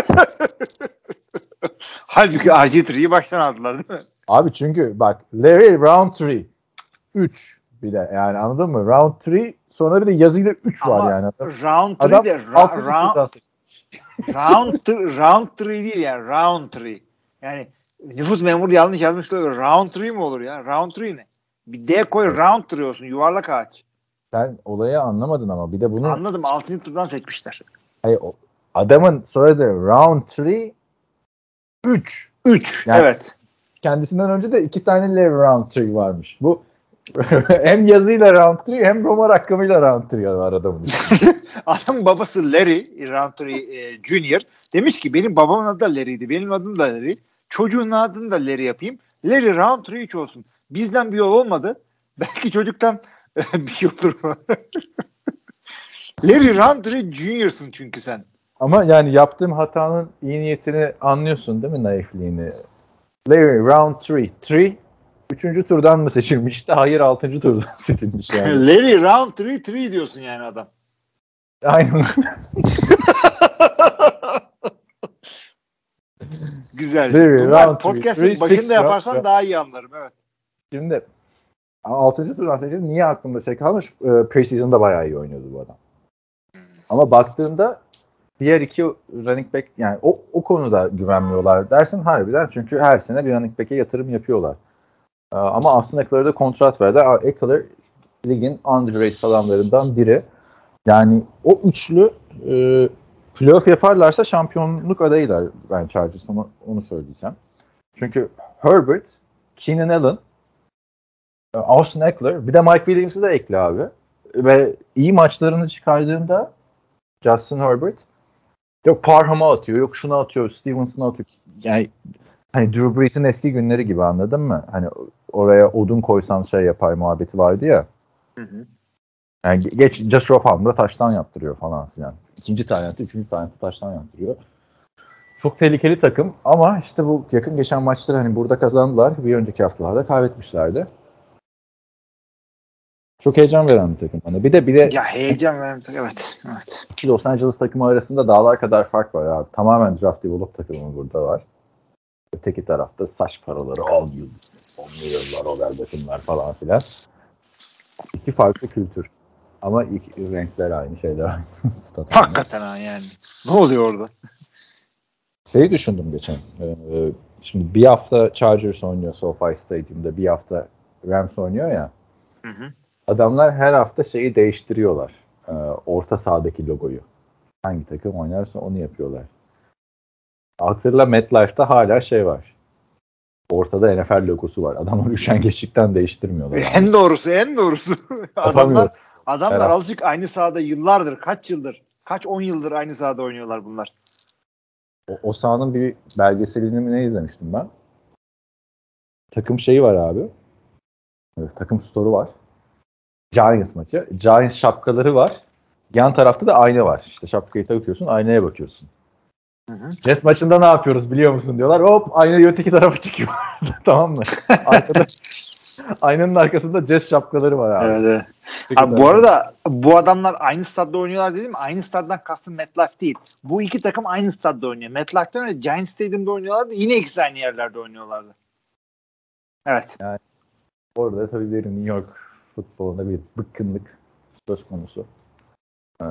Halbuki R G üç'yi baştan aldılar değil mi? Abi çünkü bak Larry Rountree üç bir de yani, anladın mı? Rountree sonra bir de yazıyla üç var yani. Rountree de ra- round round Rountree değil yani, Rountree. Yani nüfus memuru yanlış yazmışlar. Rountree mi olur ya? Rountree ne? Bir D koy, evet. Rountree olsun. Yuvarlak ağaç. Sen olayı anlamadın ama bir de bunu anladım. altıncı turdan seçmişler. Hayır, adamın soyadı Rountree üç. üç. Yani evet. Kendisinden önce de iki tane Larry Rountree varmış. Bu hem yazıyla Rountree hem Roma rakamıyla Rountree var adamın. Adamın babası Larry Rountree e, Junior demiş ki benim babamın adı da Larry'di. Benim adım da Larry. Çocuğun adını da Larry yapayım. Larry Rountree üç olsun. Bizden bir yol olmadı. Belki çocuktan bir şey olur mu? Larry Rountree Junior'sın çünkü sen. Ama yani yaptığım hatanın iyi niyetini anlıyorsun değil mi, naifliğini? Larry Rountree üç. Üçüncü turdan mı seçilmişti? Hayır, altıncı turdan seçilmiş yani. Larry Rountree üç diyorsun yani adam. Aynen. Güzel. Larry Bunlar podcast'ın başında yaparsan round, daha iyi anlarım. Evet. Şimdi altıncı turdan seçildi. Niye aklımda şey kalmış? Preseason'da bayağı iyi oynuyordu bu adam. Ama baktığında diğer iki running back yani o, o konuda güvenmiyorlar dersin harbiden, çünkü her sene bir running back'e yatırım yapıyorlar. Ee, ama aslında Eckler'a da kontrat verdiler. Eckler ligin underrated adamlarından biri. Yani o üçlü e, playoff yaparlarsa şampiyonluk adayılar ben Chargers, onu, onu söyleyeceğim. Çünkü Herbert, Keenan Allen, Austin Eckler, bir de Mike Williams'ı da ekle abi. Ve iyi maçlarını çıkardığında Justin Herbert Yok Parham'a atıyor, yok şuna atıyor, Stevenson'a atıyor. Yani hani Drew Brees'in eski günleri gibi, anladın mı? Hani oraya odun koysan şey yapar muhabbeti vardı ya. Hı hı. Yani geç Josh Palmer'a taştan yaptırıyor falan filan. İkinci tanesi, üçüncü tanesi taştan yaptırıyor. Çok tehlikeli takım ama işte bu yakın geçen maçları hani burada kazandılar. Bir önceki haftalarda kaybetmişlerdi. Çok heyecan veren bir takım bana. Bir de bir de Ya heyecan veren evet. Evet. Los Angeles takımı arasında dağlar kadar fark var abi. Tamamen draft develop takımı burada var. Öteki tarafta saç paraları, al yıldız, on milyonlar, o verbetimler falan filan. İki farklı kültür. Ama iki renkler aynı, şeyler aynı. Hakikaten ha yani. Ne oluyor orada? Şeyi düşündüm geçen. Ee, şimdi bir hafta Chargers oynuyor SoFi Stadium'da, bir hafta Rams oynuyor ya. Hı hı. Adamlar her hafta şeyi değiştiriyorlar. Ee, orta sahadaki logoyu. Hangi takım oynarsa onu yapıyorlar. Hatırla, MetLife'da hala şey var. Ortada N F L logosu var. Adamlar üşengeçlikten değiştirmiyorlar. En yani. doğrusu, en doğrusu. adamlar adamlar Herhalde. azıcık aynı sahada yıllardır, kaç yıldır, kaç on yıldır aynı sahada oynuyorlar bunlar. O, o sahanın bir belgeselini mi ne izlemiştim ben? Takım şeyi var abi. Evet, takım store'u var. Giants maçı. Giants şapkaları var. Yan tarafta da ayna var. İşte şapkayı takıyorsun, aynaya bakıyorsun. Hı hı. Jets maçında ne yapıyoruz biliyor musun diyorlar. Hop, aynayı öteki tarafa çıkıyor. Tamam mı? Arkada, aynanın arkasında Jets şapkaları var abi. Evet, evet. Abi, bu arada bu adamlar aynı stadda oynuyorlar dedim. Aynı staddan kastım MetLife değil. Bu iki takım aynı stadda oynuyor. MetLife'den önce Giants Stadium'da oynuyorlardı. Yine ikisi aynı yerlerde oynuyorlardı. Evet. Yani orada tabii bir New York futbolunda bir bıkkınlık söz konusu. Ee,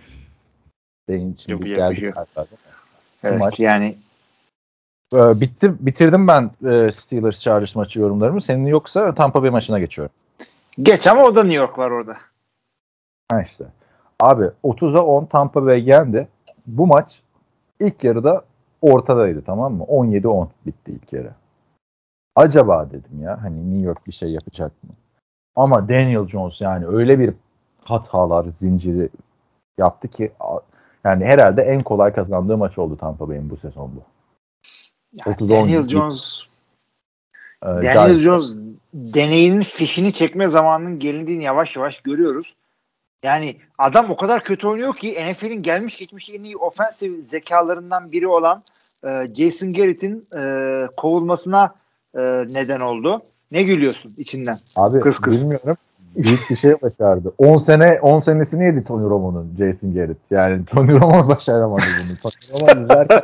Benim şimdi geldik hatta. Evet, maç. yani Ee, bitti, bitirdim ben e, Steelers Chargers maçı yorumlarımı. Senin yoksa Tampa Bay maçına geçiyorum. Geç ama o da New York var orada. Ha işte. Abi otuza on Tampa Bay yendi. Bu maç ilk yarıda ortadaydı, tamam mı? on yedi on bitti ilk yarı. Acaba dedim ya, hani New York bir şey yapacak mı? Ama Daniel Jones yani öyle bir hatalar zinciri yaptı ki yani herhalde en kolay kazandığı maç oldu Tampa Bay'in bu sezon bu. Yani Daniel Jones Ee, Daniel Giants. Jones deneyinin fişini çekme zamanının gelindiğini yavaş yavaş görüyoruz. Yani adam o kadar kötü oynuyor ki N F L'in gelmiş geçmiş en iyi ofensif zekalarından biri olan e, Jason Garrett'in e, kovulmasına e, neden oldu. Ne gülüyorsun içinden? Abi kız kız. bilmiyorum. Büyük bir şey başardı. on sene on senesini yedi Tony Romo'nun Jason Garrett. Yani Tony Romo başaramadı bunu. Tony Romo güzel.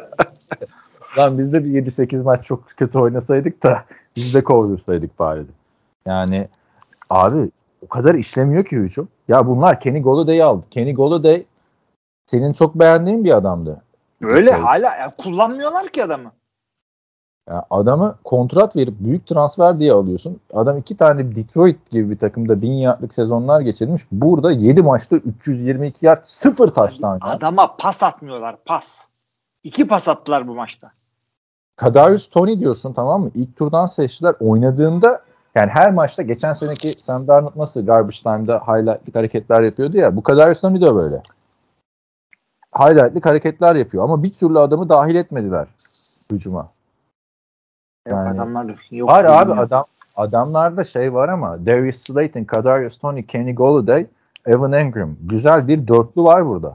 Lan biz de bir yedi sekiz maç çok kötü oynasaydık da biz de kovdursaydık bari. Yani abi o kadar işlemiyor ki hücum. Ya bunlar Kenny Golladay'i aldı. Kenny Golladay senin çok beğendiğin bir adamdı. Öyle hala yani kullanmıyorlar ki adamı. Yani adamı kontrat verip büyük transfer diye alıyorsun. Adam iki tane Detroit gibi bir takımda bin yardlık sezonlar geçirmiş. Burada yedi maçta üç yüz yirmi iki yard, sıfır taştan. Adama pas atmıyorlar, pas. İki pas attılar bu maçta. Kadarius Toney diyorsun, tamam mı? İlk turdan seçtiler. Oynadığında yani her maçta geçen seneki Sam Darnold nasıl garbage time'da highlight'lik hareketler yapıyordu ya. Bu Kadarius Toney de böyle. Highlight'lik hareketler yapıyor ama bir türlü adamı dahil etmediler hücuma. Yok Yani, adamlar yok. var abi adam adamlarda şey var ama Darius Slayton, Kadarius Toney, Kenny Golladay, Evan Engram. Güzel bir dörtlü var burada.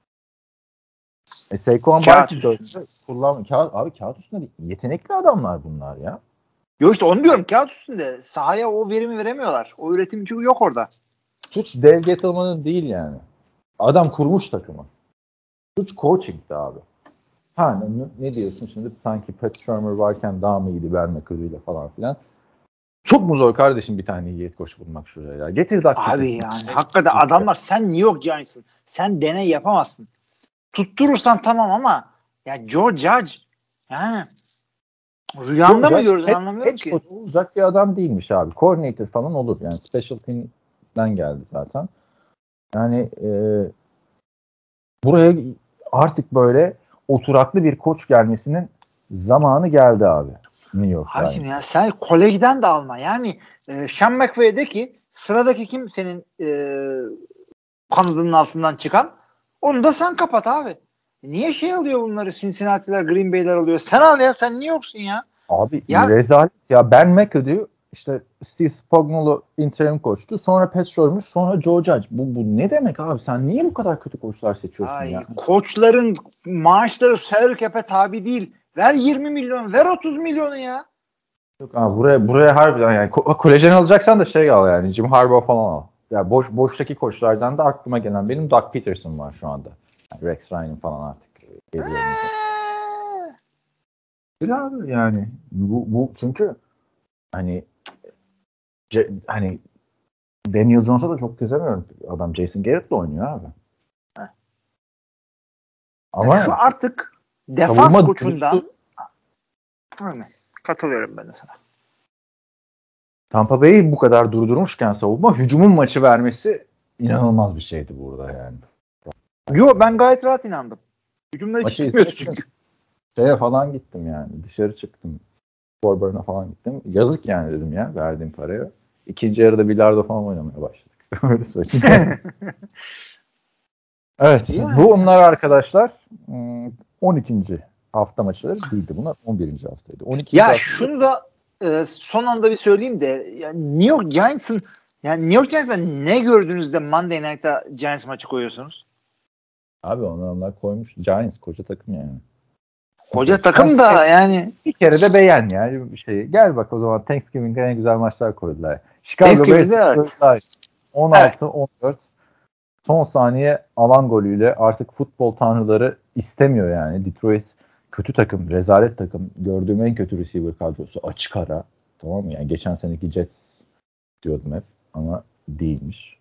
E, Saquon Barkley dörtlü kullan kağıt, abi kağıt üstünde yetenekli adamlar bunlar ya. Yok işte onu diyorum, kağıt üstünde sahaya o verimi veremiyorlar. O üretim çünkü yok orada. Suç Dave Gettleman'ın değil yani. Adam kurmuş takımı. Suç coaching'di abi. Ha ne, ne diyorsun şimdi? Sanki Pat Shurmur varken daha mı iyiydi Ben McAdoo'yla falan filan. Çok mu zor kardeşim bir tane iyi head coach bulmak şuraya ya. Getir dakika. Abi yani hakikaten adamlar, sen New York Giants'ın. Sen deney yapamazsın. Tutturursan tamam ama ya Joe Judge yani rüyanda mı gördün head, anlamıyorum head ki. Head coach olacak bir adam değilmiş abi. Coordinator falan olur. Yani special team'den geldi zaten. Yani e, buraya artık böyle oturaklı bir koç gelmesinin zamanı geldi abi. New York. Hacım ya sen kolejden de alma. Yani e, Sean McVay'e de ki sıradaki kim senin e, kanadının altından çıkan, onu da sen kapat abi. Niye şey alıyor bunları? Cincinnati'ler, Green Bay'ler alıyor. Sen al ya. Sen niye yoksun ya? Abi Ya- rezalet ya. Ben McAdoo işte Steve Spagnuolo interim koçtu. Sonra Petrol'muş. Sonra Joe Judge. Bu, bu ne demek abi? Sen niye bu kadar kötü koçlar seçiyorsun Ay, ya? koçların maaşları salary cap'e tabi değil. Ver yirmi milyon, ver otuz milyonu ya. Yok abi buraya buraya harbiden yani ko- kolajen alacaksan da şey al yani Jim Harbaugh falan al. Ya boş boştaki koçlardan da aklıma gelen benim Doug Peterson var şu anda. Yani Rex Ryan falan artık geliyor. Bir abi yani bu, bu çünkü hani ce, hani Daniel Jones'a da çok kızamıyorum. Adam Jason Garrett'la oynuyor abi. Heh. Ama Yani şu artık defans savunma koçundan dürüstü- Aynen. Katılıyorum ben de sana. Tampa Bay'i bu kadar durdurmuşken savunma hücumun maçı vermesi inanılmaz bir şeydi burada yani. Yo, ben gayet rahat inandım. Hücumlar hiç Maçı çıkmıyordu izledim. çünkü. Şeye falan gittim yani. Dışarı çıktım. Sporbarına falan gittim. Yazık yani dedim ya verdiğim paraya. İkinci yarıda bilardo falan oynamaya başladık. Öyle söyleyeyim. Evet. Yani. Bu onlar arkadaşlar on ikinci hafta maçları değildi. Bunlar on birinci haftaydı. on ikinci Ya hafta... şunu da e, son anda bir söyleyeyim de yani New York Giants'ın yani New York Giants'ın ne gördüğünüzde Monday Night'ta Giants maçı koyuyorsunuz? Abi onlar koymuş. Giants koca takım yani. Koca takım da yani. Bir kere de beğen yani bir şey. Gel bak o zaman Thanksgiving'de en güzel maçlar koydular. Chicago Bears on altı on dört son saniye alan golüyle artık futbol tanrıları istemiyor yani. Detroit kötü takım, rezalet takım. Gördüğüm en kötü receiver kadrosu. Açık ara. Tamam mı? Yani geçen seneki Jets diyordum hep ama değilmiş.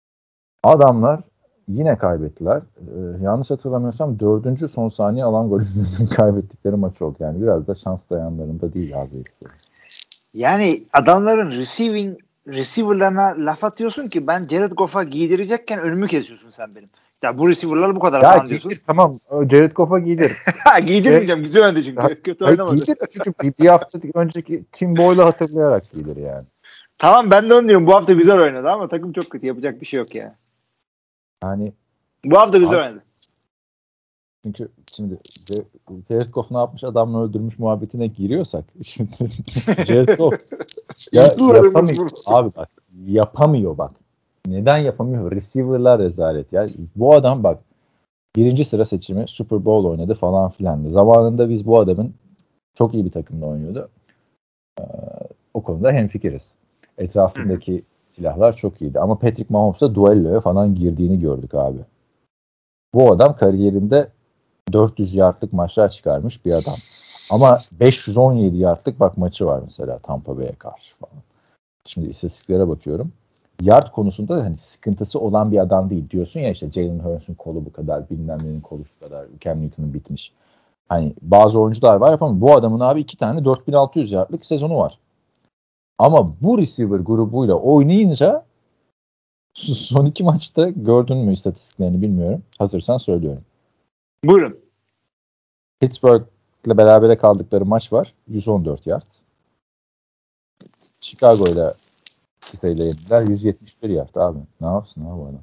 Adamlar yine kaybettiler. Ee, yanlış hatırlamıyorsam dördüncü son saniye alan golünden kaybettikleri maç oldu. Yani biraz da şans dayanlarında değil abi. Yani adamların receiving receiver'larına laf atıyorsun ki ben Jared Goff'a giydirecekken önümü kesiyorsun sen benim. Ya bu receiver'lar bu kadar ya falan diyorsun. giydir tamam. Jared Goff'a giydir. Ha, giydirmeyeceğim. Güzel oynadı çünkü. Ha, Kötü hayır, oynamadı. giydir çünkü bir, bir hafta önceki Tim Boyle'u hatırlayarak giydir yani. Tamam, ben de onu diyorum. Bu hafta güzel oynadı ama takım çok kötü. Yapacak bir şey yok yani. Yani Bu hafta güzel abi, oynadı. çünkü şimdi Jared Goff ne yapmış adamla öldürmüş muhabbetine giriyorsak şimdi Jared Goff ya yapamıyor abi bak yapamıyor bak. Neden yapamıyor? Receiver'lar rezalet ya. Bu adam bak birinci sıra seçimi Super Bowl oynadı falan filan. Zamanında biz bu adamın çok iyi bir takımda oynuyordu. Ee, o konuda hemfikiriz. Etrafındaki silahlar çok iyiydi. Ama Patrick Mahomes'a duelloya falan girdiğini gördük abi. Bu adam kariyerinde dört yüz yardlık maçlar çıkarmış bir adam. Ama beş yüz on yedi yardlık bak maçı var mesela Tampa Bay'e karşı falan. Şimdi istatistiklere bakıyorum. Yard konusunda hani sıkıntısı olan bir adam değil. Diyorsun ya işte Jalen Hurts'un kolu bu kadar, bilmem nenin kolu şu kadar, Cam Newton'un bitmiş. Hani bazı oyuncular var yapamıyor. Bu adamın abi iki tane dört bin altı yüz yardlık sezonu var. Ama bu receiver grubuyla oynayınca son iki maçta gördün mü istatistiklerini bilmiyorum. Hazırsan söylüyorum. Buyurun. Pittsburgh'le berabere kaldıkları maç var. yüz on dört yard. Chicago'yla sayıyla yendiler. yüz yetmiş bir yard abi. Ne yapsın abi adam?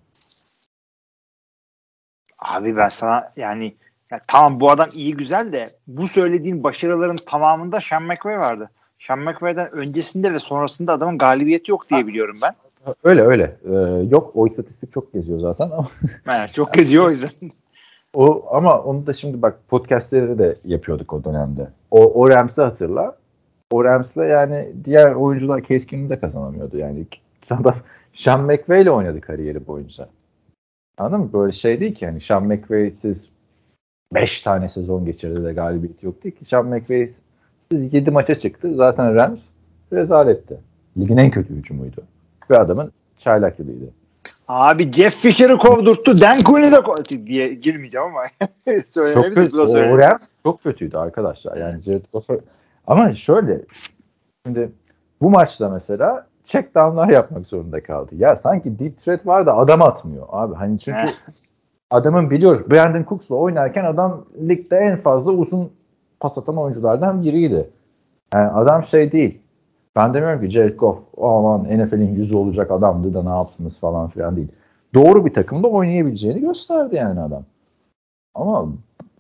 Abi ben sana yani ya tamam bu adam iyi güzel de bu söylediğin başarıların tamamında Sean McVay vardı. Sean McVay'den öncesinde ve sonrasında adamın galibiyeti yok diye biliyorum ben. Öyle öyle. Ee, yok o istatistik çok geziyor zaten ama. Evet, çok geziyor o yüzden. O ama onu da şimdi bak podcastleri de yapıyorduk o dönemde. O, o Rams'ı hatırla. O Rams'la yani diğer oyuncular Case Keenum de kazanamıyordu. Yani adam Sean McVay ile oynadı kariyeri boyunca. Anladın mı? Böyle şey değil ki yani Sean McVay'siz beş tane sezon geçirdi de galibiyeti yok değil ki. Sean McVay'siz yedi maça çıktı. Zaten Rams rezaletti. Ligin en kötü hücumuydu. Ve adamın çaylak yılıydı. Abi Jeff Fisher'ı kovdurttu. Dan Quinn'i de kovdurttu diye girmeyeceğim ama. Çok kötü. O Rams çok kötüydü arkadaşlar. Yani Jared Goff'a ama şöyle şimdi bu maçta mesela check down'lar yapmak zorunda kaldı. Ya sanki deep threat var da adam atmıyor abi. Hani çünkü adamın biliyoruz Brandon Cooks'la oynarken adam ligde en fazla uzun pas atan oyunculardan biriydi. Yani adam şey değil. Ben demiyorum ki Jared Goff aman N F L'in yüzü olacak adamdı da ne yaptınız falan filan değil. Doğru bir takımda oynayabileceğini gösterdi yani adam. Ama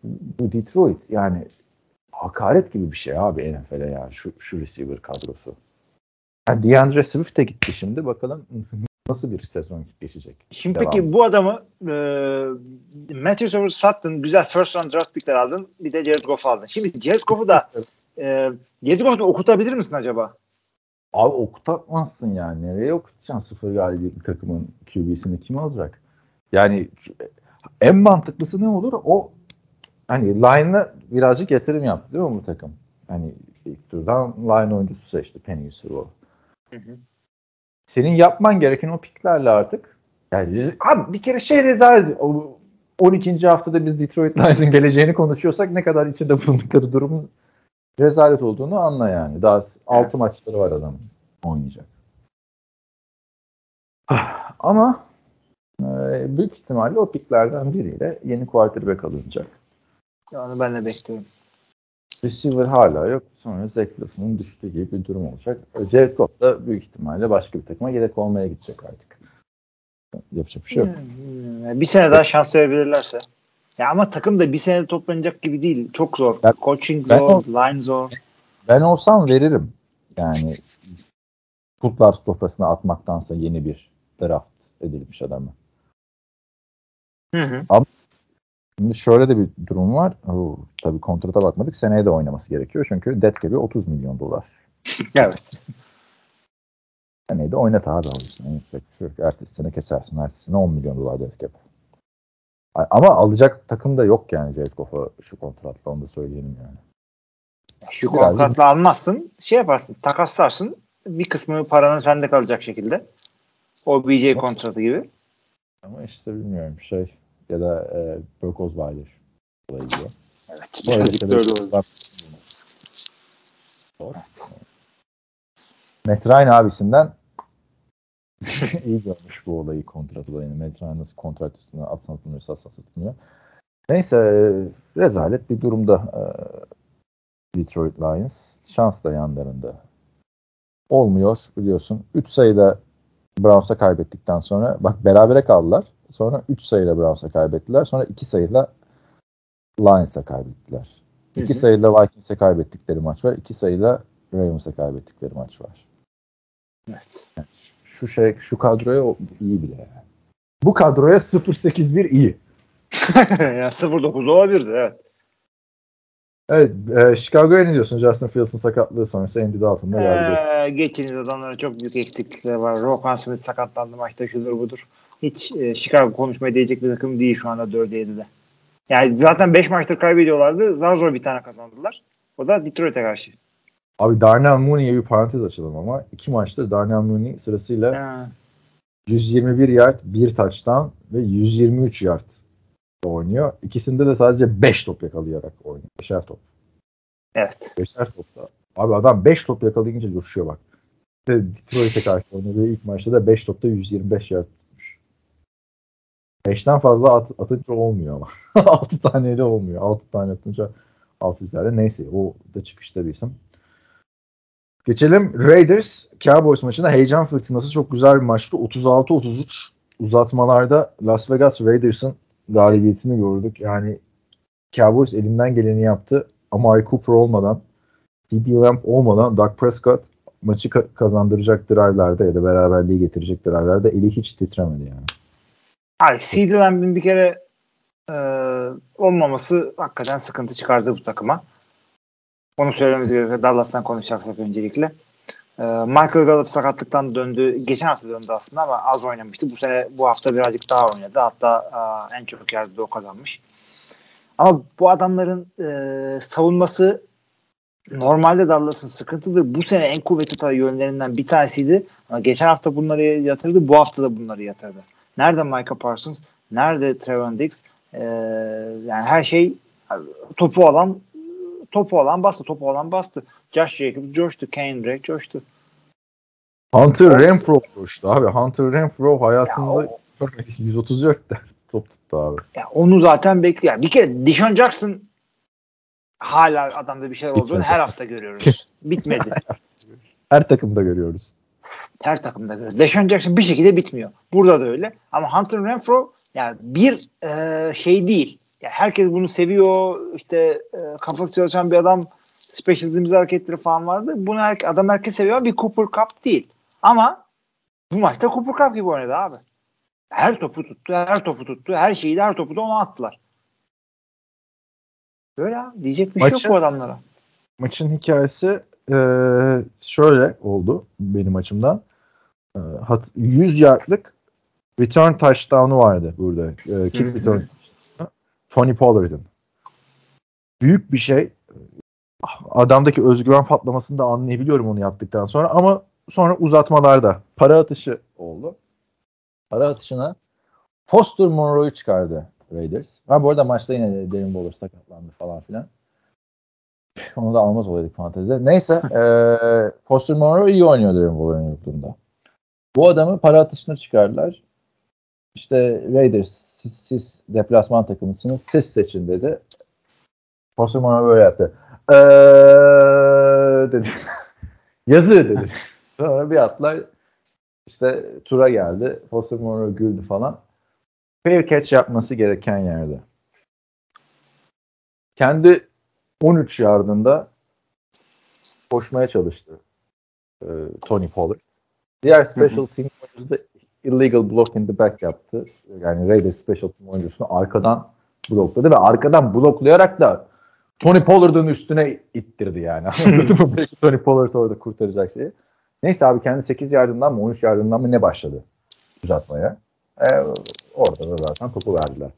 bu Detroit yani hakaret gibi bir şey abi N F L'e yani şu, şu receiver kadrosu. Yani DeAndre Swift de gitti şimdi. Bakalım nasıl bir sezon geçecek. Şimdi Devam. peki bu adamı e, Matthews'u sattın. Güzel first round draft pickler aldın. Bir de Jared Goff aldın. Şimdi Jared Goff'u da e, Jared Goff'u okutabilir misin acaba? Abi okutamazsın yani. Nereye okutacaksın sıfır galibiyetli takımın Q B'sini kim alacak? Yani en mantıklısı ne olur? O hani line'ı birazcık yatırım yaptı değil mi bu takım? Hani ilk turdan line oyuncusu seçti. Penny Sewell. Hı hı. Senin yapman gereken o piklerle artık yani abi bir kere şey rezalet on ikinci haftada biz Detroit Lions'ın geleceğini konuşuyorsak ne kadar içinde bulundukları durumun rezalet olduğunu anla yani. Daha altı maçları var adamın oynayacak. Ama e, büyük ihtimalle o piklerden biriyle yeni quarterback alınacak. Onu ben de bekliyorum. Receiver hala yok. Sonra Zach Wilson'ın düştüğü gibi bir durum olacak. Jared Goff da büyük ihtimalle başka bir takıma yedek olmaya gidecek artık. Yapacak bir şey yok. Hmm, bir sene daha şans verebilirlerse. Ya ama takım da bir sene toplanacak gibi değil. Çok zor. Ben, Coaching ben zor, o, line zor. Ben olsam veririm. Yani kurtlar sofrasına atmaktansa yeni bir draft edilmiş adamı. Hı hı. Ama şimdi şöyle de bir durum var. Oo, tabii kontrata bakmadık. Seneye de oynaması gerekiyor. Çünkü dead cap'i otuz milyon dolar. Evet. Seneye de oynat abi. Yani ertesi sene kesersin. Ertesi sene on milyon dolar dead cap. Ama alacak takım da yok yani Jared Goff'a şu kontratla. Onu da söyleyelim yani. Şu Birazcık... kontratla almazsın. Şey yaparsın. Takaslarsın. Bir kısmı paranın sende kalacak şekilde. O B J kontratı gibi. Ama işte bilmiyorum şey ya da e, Brock Osweiler olayı gibi. Evet. Birazcık böyle olur. Evet. Matt Ryan abisinden iyi görmüş bu olayı, kontrat olayını. Matt Ryan nasıl kontrat üstüne at satılmıyorsa at satılmıyor. Neyse rezalet bir durumda e, Detroit Lions. Şans da yanlarında. Olmuyor biliyorsun. üç sayıda Browns'a kaybettikten sonra bak berabere kaldılar. Sonra üç sayıyla Browns'a kaybettiler. Sonra iki sayıyla Lions'a kaybettiler. iki sayıyla Vikings'e kaybettikleri maç var. iki sayıyla Ravens'e kaybettikleri maç var. Evet. Yani şu şey şu kadroya iyi bile yani. Bu kadroya sıfır sekiz bir iyi. yani sıfır dokuz olabilirdi evet. Evet, e, Chicago'ya ne diyorsun? Justin Fields'ın sakatlığı sonrası Andy Dalton'da geldi. Ee, geçtiğimiz adamlara çok büyük eksiklikleri var. Roquan Smith sakatlandı maçta şudur budur. Hiç e, Chicago konuşmaya değecek bir takım değil şu anda dörde yedide. Yani zaten beş maçtır kaybediyorlardı. Zar zor bir tane kazandılar. O da Detroit'e karşı. Abi Darnell Mooney'e bir parantez açalım ama iki maçtır Darnell Mooney sırasıyla Ha. yüz yirmi bir yard, bir touchdown ve yüz yirmi üç yard oynuyor. İkisinde de sadece beş top yakalayarak oynuyor. Beşer top. Evet. Beşer topta. Abi adam beş top yakalayınca coşuyor bak. Detroit'e karşı oynadığı ilk maçta da beş topta yüz yirmi beş yard tutmuş. beşten fazla at, atınca olmuyor ama. altı tane de olmuyor. altı tane atınca altı yüzlerde. Neyse o da çıkışta bir isim. Geçelim Raiders Cowboys maçına. Heyecan fırtınası çok güzel bir maçtı. otuz altı otuz üç uzatmalarda Las Vegas Raiders'ın galibiyetini gördük. Yani Cowboys elinden geleni yaptı. Amari Cooper olmadan, C D Lamb olmadan Dak Prescott maçı ka- kazandıracak drive'larda ya da beraberliği getirecek drive'larda eli hiç titremedi yani. Ay, C D Lamb'in bir kere e, olmaması hakikaten sıkıntı çıkardı bu takıma. Onu söylememiz gerekiyor. Dallas'tan konuşacaksak öncelikle. E, Michael Gallup sakatlıktan döndü. Geçen hafta döndü aslında ama az oynamıştı. Bu sene bu hafta birazcık daha oynadı. Hatta e, en çok yerde de o kazanmış. Ama bu adamların e, savunması normalde Dallas'ın sıkıntıdır. Bu sene en kuvvetli yönlerinden bir tanesiydi. Ama geçen hafta bunları yatırdı. Bu hafta da bunları yatırdı. Nerede Micah Parsons? Nerede Trevon Diggs? Ee, yani her şey topu alan topu alan bastı. Topu alan bastı. Josh Jacobs coştu. Kane Drake coştu. Hunter Renfrow coştu abi. Hunter Renfrow hayatında ya o, yüz otuz dört top tuttu abi. Ya onu zaten bekliyor. Yani bir kere Deshaun Jackson hala adamda bir şeyler olduğunu her hafta görüyoruz. Bitmedi. Her takımda görüyoruz. Her takımda görüyoruz. Deshaun Jackson bir şekilde bitmiyor. Burada da öyle. Ama Hunter Renfrow yani bir e, şey değil. ya herkes bunu seviyor. İşte e, kafası çalışan bir adam, special teams hareketleri falan vardı. Bunu her, adam herkes seviyor. Bir Cooper Cup değil. Ama bu maçta Cooper Cup gibi oynadı abi. Her topu tuttu, her topu tuttu. Her şeyi de her topu da ona attılar. Böyle abi. Diyecek bir Maçın, şey yok bu adamlara. Maçın hikayesi e, şöyle oldu benim açımdan. E, hat, yüz yardlık return touchdown'u vardı burada. E, kick return Tony Pollard'ın. Büyük bir şey. Adamdaki özgüven patlamasını da anlayabiliyorum onu yaptıktan sonra, ama sonra uzatmalarda para atışı oldu. Para atışına Foster Monroe'yu çıkardı Raiders. Ha, bu arada maçta yine de Darren Waller sakatlandı falan filan. Onu da almaz olaydık fantezide. Neyse e, Foster Monroe iyi oynuyor Darren Waller'ın yokluğunda. Bu adamı para atışına çıkardılar. İşte Raiders siz, siz deplasman takımısınız, siz seçin dedi. Foster Monroe böyle yaptı. Eee dedi. Yazı dedi. Sonra bir atlar işte tura geldi. Foster Monroe güldü falan. Fair catch yapması gereken yerde. Kendi on üç yardında koşmaya çalıştı e, Tony Pollard. Diğer special team oyuncusu da illegal block in the back yaptı. Yani Raiders special team oyuncusunu arkadan blokladı ve arkadan bloklayarak da Tony Pollard'ın üstüne ittirdi yani. Anladın mı? Belki Tony Pollard orada kurtaracak şeyi. Neyse abi kendi sekiz yardından mı on üç yardından mı ne başladı uzatmaya. Ee, orada da zaten topu verdiler.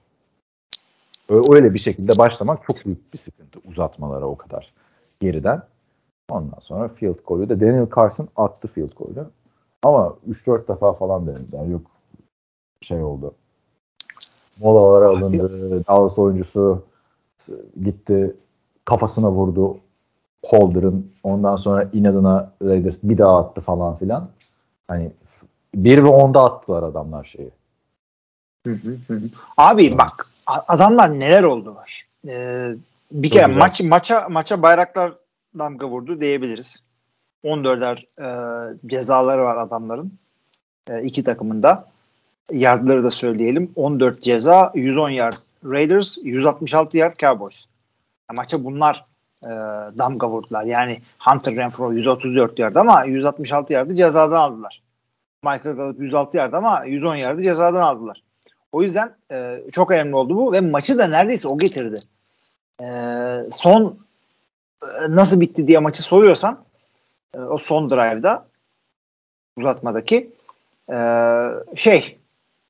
Öyle bir şekilde başlamak çok büyük bir sıkıntı uzatmalara o kadar geriden. Ondan sonra field goal'ü de Daniel Carson attı field goal'ü. Ama üç dört defa falan denediler. Yok şey oldu. Molalara alındı. Dallas oyuncusu gitti kafasına vurdu Holder'ın. Ondan sonra inadına Raiders bir daha attı falan filan. Hani bir ve onda attılar adamlar şeyi. Hı hı hı. Abi bak adamlar neler oldu var. Ee, bir kere maç maça maça bayraklar damga vurdu diyebiliriz. on dörder e, cezaları var adamların. E, iki takımında. Yardları da söyleyelim. on dört ceza, yüz on yard Raiders, yüz altmış altı yard Cowboys. Ya, maça bunlar e, damga vurdular. Yani Hunter Renfrow yüz otuz dört yard ama yüz altmış altı yardı cezadan aldılar. Michael Gallup yüz altı yard ama yüz on yardı cezadan aldılar. O yüzden e, çok önemli oldu bu ve maçı da neredeyse o getirdi. E, son e, nasıl bitti diye maçı soruyorsan e, o son drive'da uzatmadaki e, şey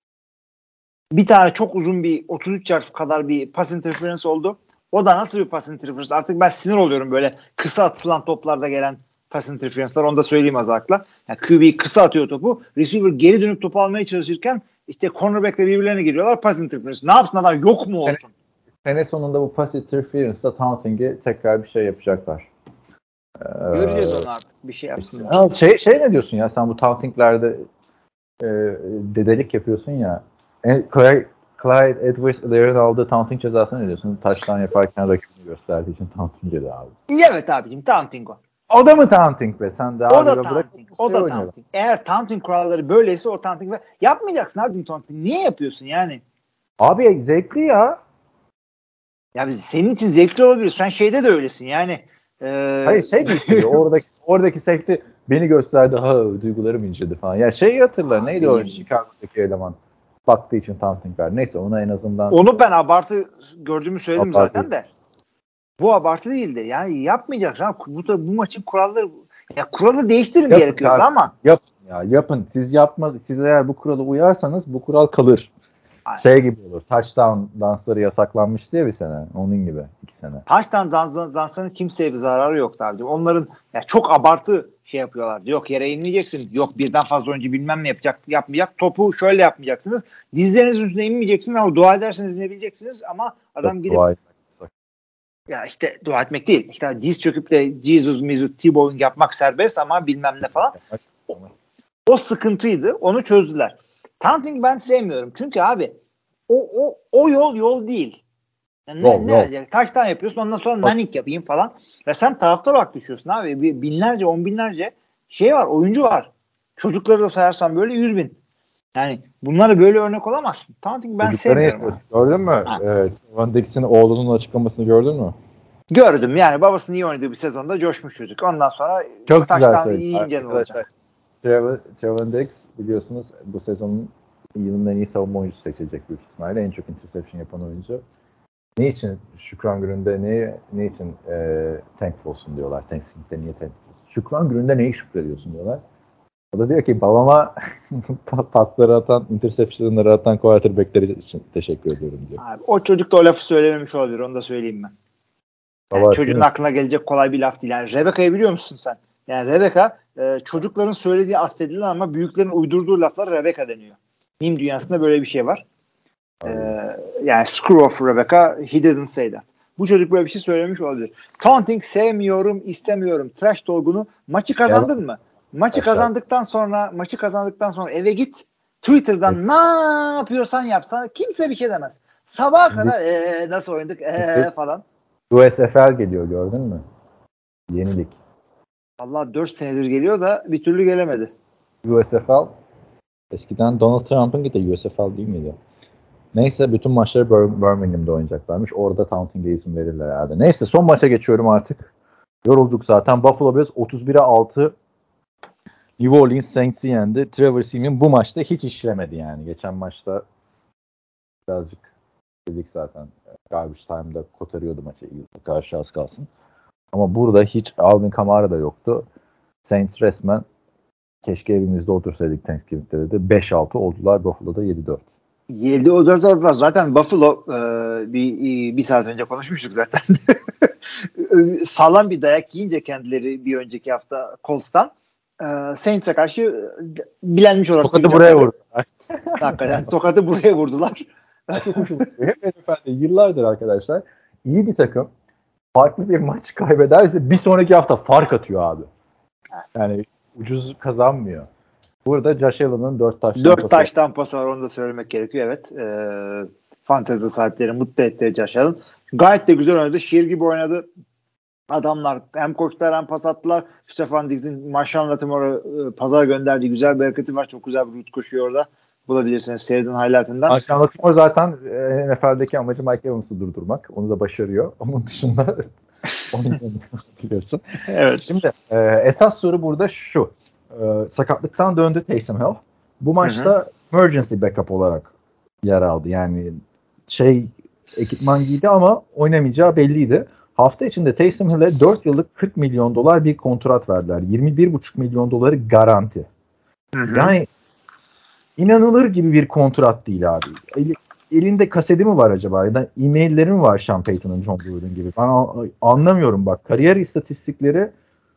bir tane çok uzun bir otuz üç yard kadar bir pass interference oldu. O da nasıl bir pass interference? Artık ben sinir oluyorum böyle kısa atılan toplarda gelen pass interference'lar. Onu da söyleyeyim az akla. Yani Q B kısa atıyor topu. Receiver geri dönüp topu almaya çalışırken işte cornerback'le birbirlerine giriyorlar. Pass interference. Ne yapsın adam? Yok mu olsun? Sene, sene sonunda bu pass interference'da taunting'i tekrar bir şey yapacaklar. Ee, Göreceğiz onu artık. Bir şey yapsın. Ama şey, şey ne diyorsun ya? Sen bu taunting'lerde e, dedelik yapıyorsun ya. E, Clyde, Clyde Edwards-Helaire'in aldığı taunting cezasını ne diyorsun? Touchdown yaparken rakibini gösterdiği için taunting ceza abi. Evet abicim. Taunting o. O da mı taunting be? Sen de o abi da bırak, taunting. O şey da oynayalım. taunting. Eğer taunting kuralları böyleyse o taunting. Yapmayacaksın abicim taunting. Niye yapıyorsun yani? Abi zevkli ya. Ya senin için zevkli olabilir. Sen şeyde de öylesin yani. E... Hayır şey mi istiyor? oradaki oradaki safety beni gösterdi. Ha duygularım incedi falan. Ya şey hatırlar. Neydi o Chicago'daki eleman? Baktığı için taunting var. Neyse ona en azından. Onu ben abartı gördüğümü söyledim Abartı. zaten de. Bu abartı değildi. Yani yapmayacaksın. Bu, bu maçın kuralları ya kuralı değiştirin Yapın gerekiyorsa ama. Yapın ya yapın. Siz yapma. Siz eğer bu kurala uyarsanız bu kural kalır. Aynen. Şey gibi olur. Touchdown dansları yasaklanmıştı ya bir sene. Onun gibi. iki sene. Touchdown dans, danslarının kimseye bir zararı yok abi. Onların ya çok abartı şey yapıyorlar. Yok yere inmeyeceksin. Yok birden fazla oyuncu bilmem ne yapacak, yapmayacak. Topu şöyle yapmayacaksınız. Dizlerinizin üstüne inmeyeceksiniz ama dua ederseniz inebileceksiniz ama adam Yok, gidip dua ya işte dua etmek değil. İşte diz çöküp de Jesus, Mizu, T-Bowing yapmak serbest ama bilmem ne falan. O, o sıkıntıydı. Onu çözdüler. Taunting ben sevmiyorum. Çünkü abi o o o yol yol değil. Yani yol, ne, yol. ne taştan yapıyorsun ondan sonra nanik yapayım falan. Ve sen taraftar olarak düşüyorsun abi. Binlerce, on binlerce şey var, oyuncu var. Çocukları da sayarsan böyle yüz bin. Yani bunlara böyle örnek olamazsın. Taunting ben Çocuklara sevmiyorum. yapıyor. Gördün mü? Evet. Van Dix'in oğlunun açıklamasını gördün mü? Gördüm yani babasının iyi oynadığı bir sezonda coşmuş çocuk. Ondan sonra Çok güzel taştan söyledi. yiyince ne olacak? Trevor, Trevor Dix biliyorsunuz bu sezonun yılın en iyi savunma oyuncusu seçilecek büyük ihtimalle. En çok interception yapan oyuncu. Ne için Şükran Günü'nde ne, ne için e, thankfulsun diyorlar. Thanksgiving'de niye thankful? Şükran Günü'nde neyi şükrediyorsun diyorlar. O da diyor ki babama pasları atan, interception'ları atan quarterback'leri için teşekkür ediyorum diyor. Abi, o çocuk da o lafı söylememiş olabilir. Onu da söyleyeyim ben. Yani Baba, çocuğun aklına gelecek kolay bir laf değil. Yani Rebecca'yı biliyor musun sen? Yani Rebecca e, çocukların söylediği affedilen ama büyüklerin uydurduğu laflar Rebecca deniyor. Meme dünyasında böyle bir şey var. E, yani screw off Rebecca, he didn't say that. Bu çocuk böyle bir şey söylemiş olabilir. Taunting sevmiyorum, istemiyorum. Trash dolgunu. Maçı kazandın mı? Maçı kazandıktan sonra maçı kazandıktan sonra eve git. Twitter'dan evet. Ne yapıyorsan yapsan kimse bir şey demez. Sabaha kadar ee, nasıl oynadık ee, falan. U S F L geliyor gördün mü? Yenilik. Allah dört senedir geliyor da bir türlü gelemedi. U S F L eskiden Donald Trump'ın gitti U S F L değil miydi? Neyse bütün maçları Bir- Birmingham'da oynayacaklarmış. Orada taunting'e izin verirler herhalde. Neyse son maça geçiyorum artık. Yorulduk zaten. Buffalo Bills otuz bire altı New Orleans Saints'i yendi. Trevor Siemian bu maçta hiç işlemedi yani. Geçen maçta birazcık dedik zaten. Garbage time'da kotarıyordu maçı. Karşı az kalsın. Ama burada hiç Alvin Kamara da yoktu. Saints resmen keşke evimizde otursaydık Thanksgiving'de dedi. beş altı oldular. Buffalo'da yedi dört. yedi o dört oldular. Zaten Buffalo e, bir, bir saat önce konuşmuştuk zaten. Sağlam bir dayak yiyince kendileri bir önceki hafta Colts'tan e, Saints'e karşı bilenmiş olarak. Tokadı buraya vurdular. Hakikaten tokadı buraya vurdular. Çok hoşuma gidiyor. Hep efendim yıllardır arkadaşlar iyi bir takım farklı bir maç kaybederse bir sonraki hafta fark atıyor abi. Yani ucuz kazanmıyor. Burada Josh Allen'ın dört taştan dört pası. taştan pası var, onu da söylemek gerekiyor. Evet. E, fantezi sahipleri mutlu etti Josh Allen. Gayet de güzel oynadı. Şiir gibi oynadı. Adamlar hem koştular hem pas attılar. Stefan Diggs'in Marshall Latimer'a e, pazar gönderdiği güzel bir hareketi var. Çok güzel bir route koşuyor orada. Bulabilirsiniz seyredin highlight'ından. Marshall Lattimore zaten N F L'deki amacı Mike Evans'ı durdurmak. Onu da başarıyor. Onun dışında onu biliyorsun. Evet. Şimdi e, esas soru burada şu. E, sakatlıktan döndü Taysom Hill. Bu maçta hı hı. emergency backup olarak yer aldı. Yani şey ekipman giydi ama oynamayacağı belliydi. Hafta içinde Taysom Hill'e dört yıllık kırk milyon dolar bir kontrat verdiler. yirmi bir buçuk milyon doları garanti. Hı hı. Yani inanılır gibi bir kontrat değil abi. El, elinde kaseti mi var acaba? Ya da e-mailleri mi var Sean Payton'ın, John Gruden'ın gibi? Ben anlamıyorum bak. Kariyer istatistikleri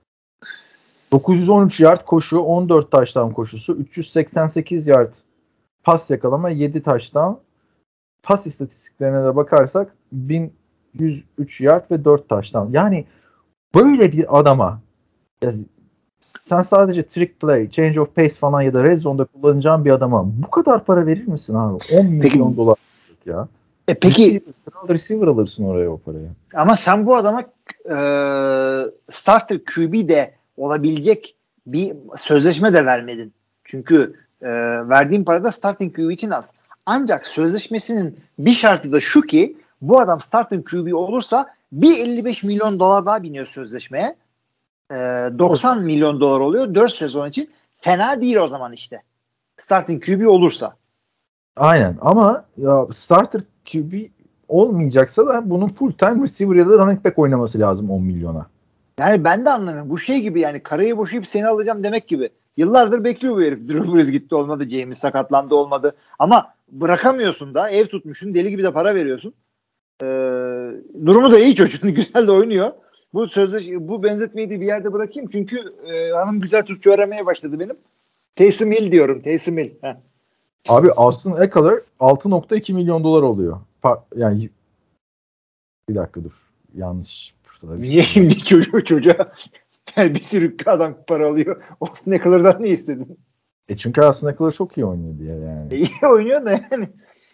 dokuz yüz on üç yard koşu, on dört touchdown koşusu, üç yüz seksen sekiz yard pas yakalama, yedi touchdown. Pas istatistiklerine de bakarsak bin yüz üç yard ve dört touchdown. Yani böyle bir adama ya, sen sadece trick play, change of pace falan ya da red zone'da kullanacağın bir adama bu kadar para verir misin abi? on milyon dolar ya. E peki receiver, receiver alırsın oraya o parayı. Ama sen bu adama e, starter Q B de olabilecek bir sözleşme de vermedin. Çünkü e, verdiğin para da starting Q B için az. Ancak sözleşmesinin bir şartı da şu ki bu adam starting Q B olursa bir elli beş milyon dolar daha biniyor sözleşmeye. E, doksan milyon dolar oluyor dört sezon için. Fena değil o zaman işte. Starting Q B olursa. Aynen ama ya starter Q B olmayacaksa da bunun full time receiver ya da running back oynaması lazım on milyona. Yani ben de anlamıyorum. Bu şey gibi yani karayı boşayıp seni alacağım demek gibi. Yıllardır bekliyor bu herif. Drew Brees gitti olmadı. James sakatlandı olmadı. Ama bırakamıyorsun da. Ev tutmuşsun. Deli gibi de para veriyorsun. Ee, durumu da iyi çocuğun. Güzel de oynuyor. Bu sözleş bu benzetmeyi de bir yerde bırakayım. Çünkü e, hanım güzel Türkçe öğrenmeye başladı benim. Taysom Hill diyorum. Taysom Hill. Heh. Abi Austin Eckler altı nokta iki milyon dolar oluyor. Pa- yani bir dakika dur. Yanlış. Niye şimdi çocuğu çocuğa yani bir sürü adam para alıyor. Austin Eckler'dan ne istedin? E çünkü Austin Eckler çok iyi oynuyor diye yani. E iyi oynuyor da yani.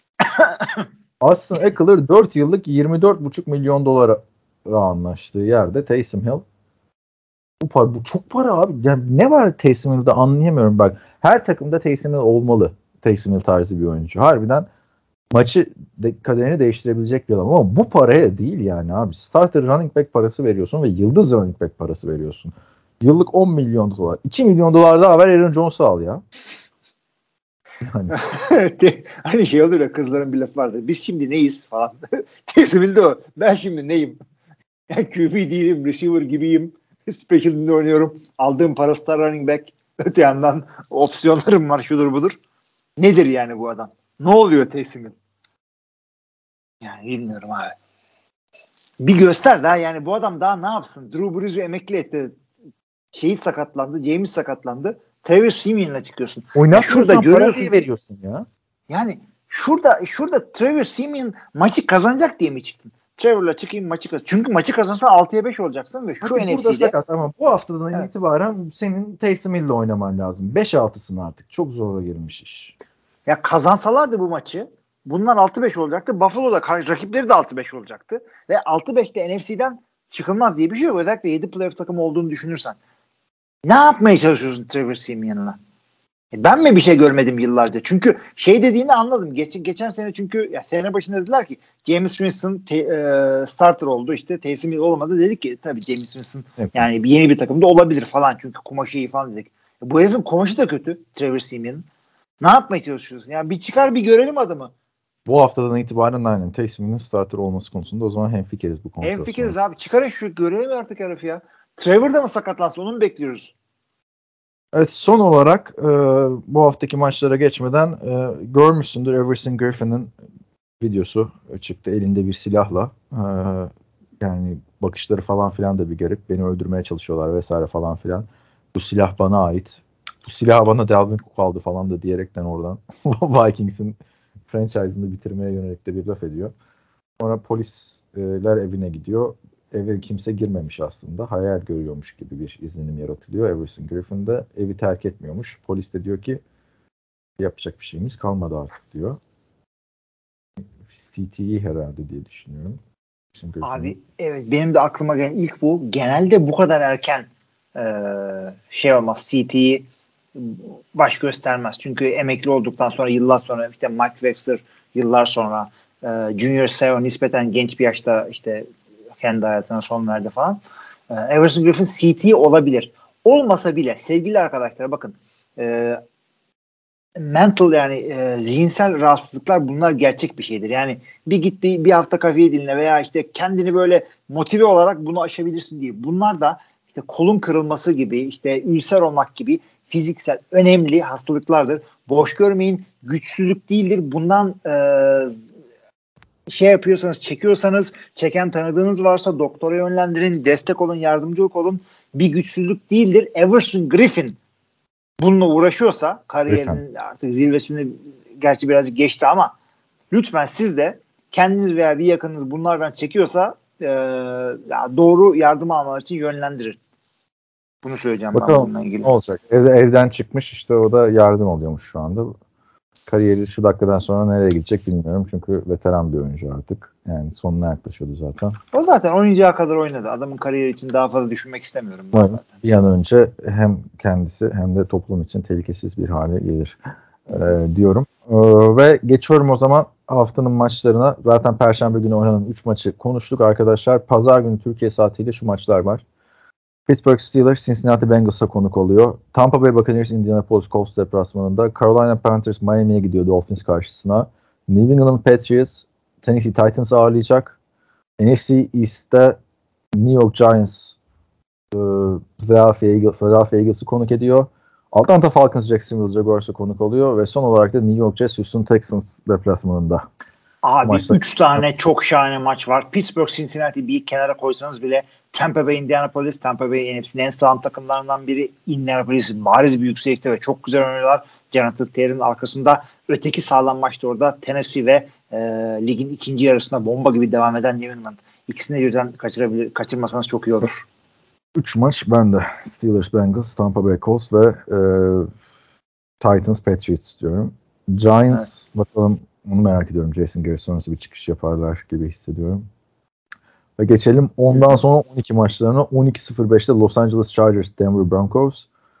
Austin Eckler dört yıllık yirmi dört buçuk milyon dolara anlaştığı yerde Taysom Hill bu para, bu çok para abi. Yani ne var Taysom Hill'de anlayamıyorum bak. Her takımda Taysom Hill olmalı. Taysom Hill tarzı bir oyuncu. Harbiden maçı de, kaderini değiştirebilecek bir adam ama bu paraya değil yani abi. Starter running back parası veriyorsun ve yıldız running back parası veriyorsun. Yıllık on milyon dolar. iki milyon dolar daha ver, Aaron Jones'u al ya. Yani. Hani şey olur ya, kızların bir lafı vardı. Biz şimdi neyiz falan. Taysom Hill de o. Ben şimdi neyim? Yani Q B değilim, receiver gibiyim. Special team'de oynuyorum. Aldığım para star running back. Öte yandan opsiyonlarım var, şudur budur. Nedir yani bu adam? Ne oluyor Taysom Hill? Yani bilmiyorum abi. Bir göster daha, yani bu adam daha ne yapsın? Drew Brees'i emekli etti. Şeyi sakatlandı. James sakatlandı. Travis Simeon'la çıkıyorsun. Oynatmıyorsan yani şurada görüyorsun, veriyorsun ya. Yani şurada şurada Travis Simeon maçı kazanacak diye mi çıktın? Trevor'la çıkayım maçı kazan. Çünkü maçı kazansan altıya beş olacaksın ve şu N F C'de sakat ama bu haftadan evet. itibaren senin Taysom Hill'le oynaman lazım. beş altısın artık. Çok zora girmiş iş. Ya kazansalardı bu maçı, bunlar altı beş olacaktı. Buffalo'da rakipleri de altı beş olacaktı. Ve altı beşte N F C'den çıkılmaz diye bir şey yok. Özellikle yedi playoff takımı olduğunu düşünürsen. Ne yapmaya çalışıyorsun Trevor Simeon'la? E ben mi bir şey görmedim yıllarca? Çünkü şey dediğini anladım. Geç, geçen sene çünkü ya sene başında dediler ki James Winston te, e, starter oldu. İşte Taysom Hill olmadı. Dedik ki tabii James Winston evet. yani bir yeni bir takımda olabilir falan. Çünkü kumaşı iyi falan dedik. E bu herifin kumaşı da kötü. Trevor Simeon'ın. Ne yapmaya çalışıyorsun? Yani bir çıkar bir görelim adamı. Bu haftadan itibaren aynen Taysom Hill'in starter olması konusunda o zaman hemfikiriz bu konuda. Hemfikiriz abi. Çıkarın şu görelim artık herifi ya. Trevor da mı sakatlansın? Onu mu bekliyoruz? Evet, son olarak e, bu haftaki maçlara geçmeden e, görmüşsündür, Everson Griffin'in videosu çıktı elinde bir silahla. E, yani bakışları falan filan da bir garip. Beni öldürmeye çalışıyorlar vesaire falan filan. Bu silah bana ait. Bu silahı bana Dalvin Cook aldı falan da diyerekten oradan Vikings'in franchise'ını bitirmeye yönelik de bir laf ediyor. Sonra polisler evine gidiyor. Eve kimse girmemiş aslında. Hayal görüyormuş gibi bir izlenim yaratılıyor. Everson Griffin de evi terk etmiyormuş. Polis de diyor ki yapacak bir şeyimiz kalmadı artık diyor. C T E herhalde diye düşünüyorum. Abi evet, benim de aklıma gelen ilk bu. Genelde bu kadar erken e, şey olmaz. C T E baş göstermez. Çünkü emekli olduktan sonra yıllar sonra işte Mike Webster yıllar sonra e, Junior Seau nispeten genç bir yaşta işte kendi hayatına son verdi falan. E, Everson Griffin C T E olabilir. Olmasa bile sevgili arkadaşlar bakın e, mental yani e, zihinsel rahatsızlıklar bunlar gerçek bir şeydir. Yani bir git bir, bir hafta kafeyi dinle veya işte kendini böyle motive olarak bunu aşabilirsin diye. Bunlar da işte kolun kırılması gibi, işte ülser olmak gibi fiziksel önemli hastalıklardır. Boş görmeyin, güçsüzlük değildir. Bundan e, şey yapıyorsanız, çekiyorsanız, çeken tanıdığınız varsa doktora yönlendirin, destek olun, yardımcılık olun. Bir güçsüzlük değildir. Everson Griffin bununla uğraşıyorsa kariyerinin artık zirvesini gerçi birazcık geçti ama lütfen siz de kendiniz veya bir yakınınız bunlardan çekiyorsa e, ya doğru yardım almaları için yönlendirin. Bunu söyleyeceğim. Bakalım, ben bununla ilgili. Olacak. Ev, evden çıkmış işte o da yardım alıyormuş şu anda. Kariyeri şu dakikadan sonra nereye gidecek bilmiyorum. Çünkü veteran bir oyuncu artık. Yani sonuna yaklaşıyordu zaten. O zaten oyuncağı kadar oynadı. Adamın kariyeri için daha fazla düşünmek istemiyorum. Evet, zaten. Bir an önce hem kendisi hem de toplum için tehlikesiz bir hale gelir ee, diyorum. Ee, ve geçiyorum o zaman haftanın maçlarına. Zaten Perşembe günü oynanan üç maçı konuştuk arkadaşlar. Pazar günü Türkiye saatiyle şu maçlar var. Pittsburgh Steelers Cincinnati Bengals'a konuk oluyor. Tampa Bay Buccaneers Indianapolis Colts deplasmanında. Carolina Panthers Miami'ye gidiyor Dolphins karşısına. New England Patriots Tennessee Titans ağırlayacak. N F C East'te New York Giants Philadelphia Eagles, Philadelphia Eagles'ı konuk ediyor. Atlanta Falcons Jacksonville Jaguars'a konuk oluyor ve son olarak da New York Jets Houston Texans deplasmanında. Abi üç tane çok şahane maç var. Pittsburgh Cincinnati bir kenara koysanız bile Tampa Bay Indianapolis, Tampa Bay N F C'nin en sağlam takımlarından biri. Indianapolis bariz bir yükselişte ve çok güzel oynuyorlar. Jonathan Taylor'ın arkasında öteki sağlam maçta orada Tennessee ve e, ligin ikinci yarısında bomba gibi devam eden New England. İkisini birden kaçırabilir, kaçırmasanız çok iyi olur. Üç maç bende. Steelers, Bengals, Tampa Bay Colts ve e, Titans, Patriots diyorum. Giants evet. Bakalım, onu merak ediyorum. Jason Garrett sonrası bir çıkış yaparlar gibi hissediyorum. Ve geçelim ondan sonra on iki maçlarına. on iki sıfır beşte Los Angeles Chargers, Denver Broncos.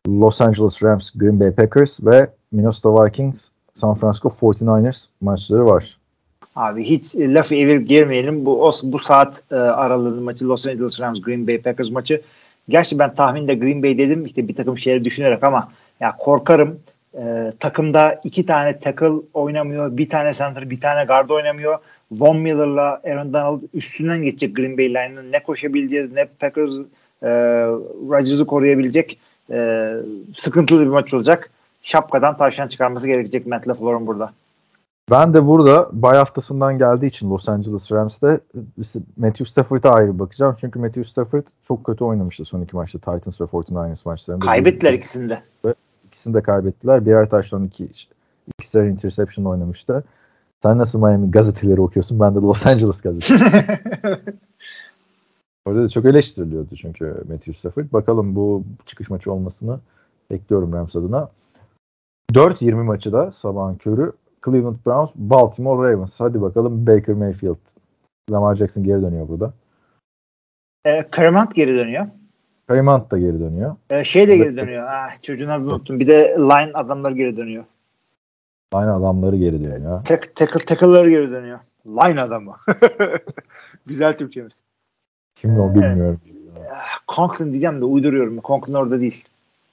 Los Angeles Rams, Green Bay Packers ve Minnesota Vikings, San Francisco forty-niners maçları var. Abi hiç e, lafı evir girmeyelim. Bu o, bu saat e, aralığının maçı Los Angeles Rams Green Bay Packers maçı. Gerçi ben tahminde Green Bay dedim işte bir takım şeyleri düşünerek ama ya korkarım e, takımda iki tane tackle oynamıyor. Bir tane center, bir tane guard oynamıyor. Von Miller'la Aaron Donald üstünden geçecek Green Bay line'ın. Ne koşabileceğiz ne Packers e, Rodgers'ı koruyabilecek e, sıkıntılı bir maç olacak. Şapkadan tavşan çıkarması gerekecek Matt LaFleur'un burada. Ben de burada bay haftasından geldiği için Los Angeles Rams'te Matthew Stafford'a ayrı bakacağım. Çünkü Matthew Stafford çok kötü oynamıştı son iki maçta. Titans ve forty-niners maçlarında. Kaybettiler ikisinde. İkisini de kaybettiler. Birer taştan iki, ikisi interception oynamıştı. Sen nasıl Miami gazeteleri okuyorsun? Ben de Los Angeles gazeteleri. Orada da çok eleştiriliyordu çünkü Matthew Stafford. Bakalım bu çıkış maçı olmasını bekliyorum Rams adına. dört yirmi maçı da sabahın körü Cleveland Browns, Baltimore Ravens. Hadi bakalım Baker Mayfield. Lamar Jackson geri dönüyor burada. E, Kareem Hunt geri dönüyor. Kareem Hunt da geri dönüyor. E, şey de geri dönüyor. Ah, çocuğun adını unuttum. Bir de line adamlar geri dönüyor. Line adamları geri dönüyor. Tek, tackle, tackle'ları geri dönüyor. Line adamı. Güzel Türkçemiz. Kimdi o bilmiyorum. Ah, Conklin diyeceğim de uyduruyorum. Conklin orada değil.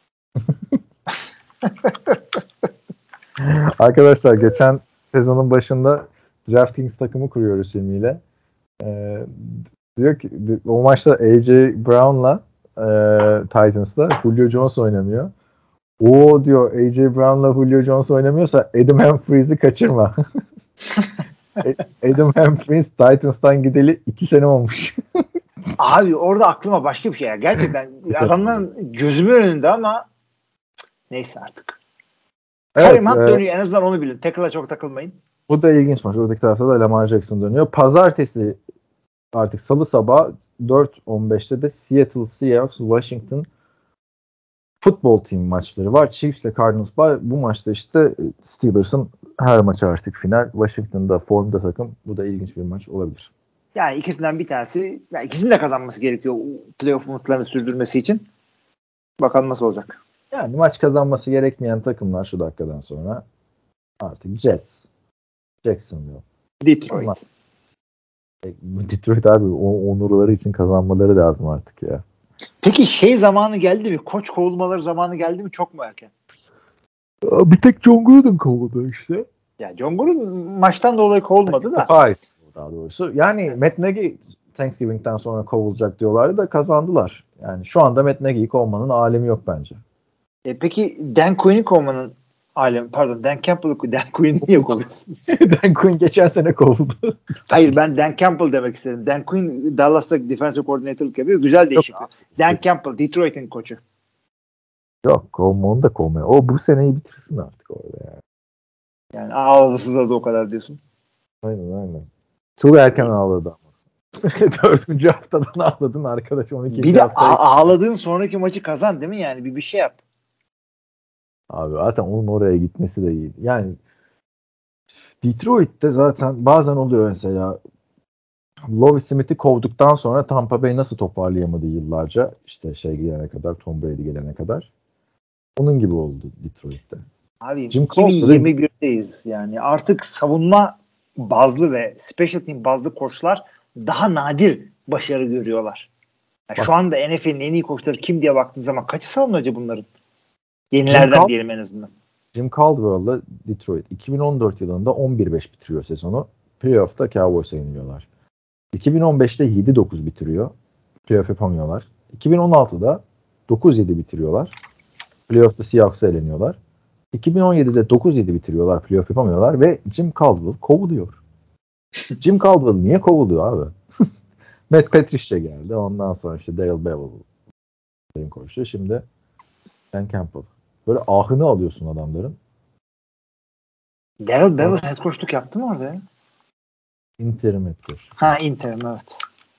Arkadaşlar geçen sezonun başında DraftKings takımı kuruyoruz ilmiyle. Ee, diyor ki o maçta A J Brown'la e, Titans'la Julio Jones oynamıyor. O diyor A J Brown'la Julio Jones oynamıyorsa Adam Humphries'i kaçırma. Adam Humphries Titans'tan gideli iki sene olmuş. Abi orada aklıma başka bir şey ya. Gerçekten adamların gözümün önünde ama neyse artık. Evet, Kareem Hunt e, dönüyor en azından onu bilin. Tackle'a çok takılmayın. Bu da ilginç maç. Oradaki tarafta da Lamar Jackson dönüyor. Pazartesi artık salı sabah dört on beşte de Seattle Seahawks Washington Football Team maçları var. Chiefs ile Cardinals var. Bu maçta işte Steelers'ın her maçı artık final. Washington'da formda takım. Bu da ilginç bir maç olabilir. Yani ikisinden bir tanesi, yani ikisinin de kazanması gerekiyor playoff umutlarını sürdürmesi için. Bakalım nasıl olacak. Yani maç kazanması gerekmeyen takımlar şu dakikadan sonra artık Jets, Jacksonville, Detroit. Ama Detroit abi o onurları için kazanmaları lazım artık ya. Peki şey zamanı geldi mi? Koç kovulmaları zamanı geldi mi? Çok mu erken? Bir tek John Gruden kovuldu işte. Ya John Gruden maçtan dolayı kovulmadı da. Hayır. Daha doğrusu. Yani Matt Nagy Thanksgiving'den sonra kovulacak diyorlardı da kazandılar. Yani şu anda Matt Nagy'yi kovmanın alemi yok bence. E peki Dan Quinn'i kovmanın alemi, pardon Dan Campbell'ı Dan Quinn'i niye kovuyorsun? Dan Quinn geçen sene kovuldu. Hayır ben Dan Campbell demek istedim. Dan Quinn Dallas'ta defensive coordinator'lık yapıyor. Güzel değişiklik. Dan Campbell Detroit'in koçu. Yok kovma onu da kovma. O bu seneyi bitirsin artık orada yani. Yani ağladı sızladı o kadar diyorsun. Aynen aynen. Çok erken ağladı ama. Dördüncü haftadan ağladın arkadaş. on ikinci bir de haftayı... ağladığın sonraki maçı kazan değil mi yani? Bir bir şey yap. Abi zaten onun oraya gitmesi de iyi. Yani Detroit'te zaten bazen oluyor mesela Lovie Smith'i kovduktan sonra Tampa Bay nasıl toparlayamadı yıllarca işte şey gelene kadar Tom Brady gelene kadar. Onun gibi oldu Detroit'te. Abi iki bin yirmi birdeyiz yani artık savunma bazlı ve special team bazlı koçlar daha nadir başarı görüyorlar. Yani şu anda N F L'in en iyi koçları kim diye baktığın zaman kaçı savunmacı bunların? Yenilerden diyelim en azından. Jim Caldwell'la Detroit iki bin on dört yılında on bir beş bitiriyor sezonu. Playoff'ta Cowboys'a yeniliyorlar. iki bin on beşte yedi dokuz bitiriyor. Playoff yapamıyorlar. iki bin on altıda dokuz yedi bitiriyorlar. Playoff'ta Seahawks'a eleniyorlar. iki bin on yedide dokuz yedi bitiriyorlar. Playoff yapamıyorlar ve Jim Caldwell kovuluyor. Jim Caldwell niye kovuluyor abi? Matt Patricia geldi. Ondan sonra işte Darrell Bevell koştu. Şimdi Dan Campbell. Böyle ahını alıyorsun adamların. Darrell Bevell head coachluk yaptı mı orada ya? Interim head coach. Ha interim evet.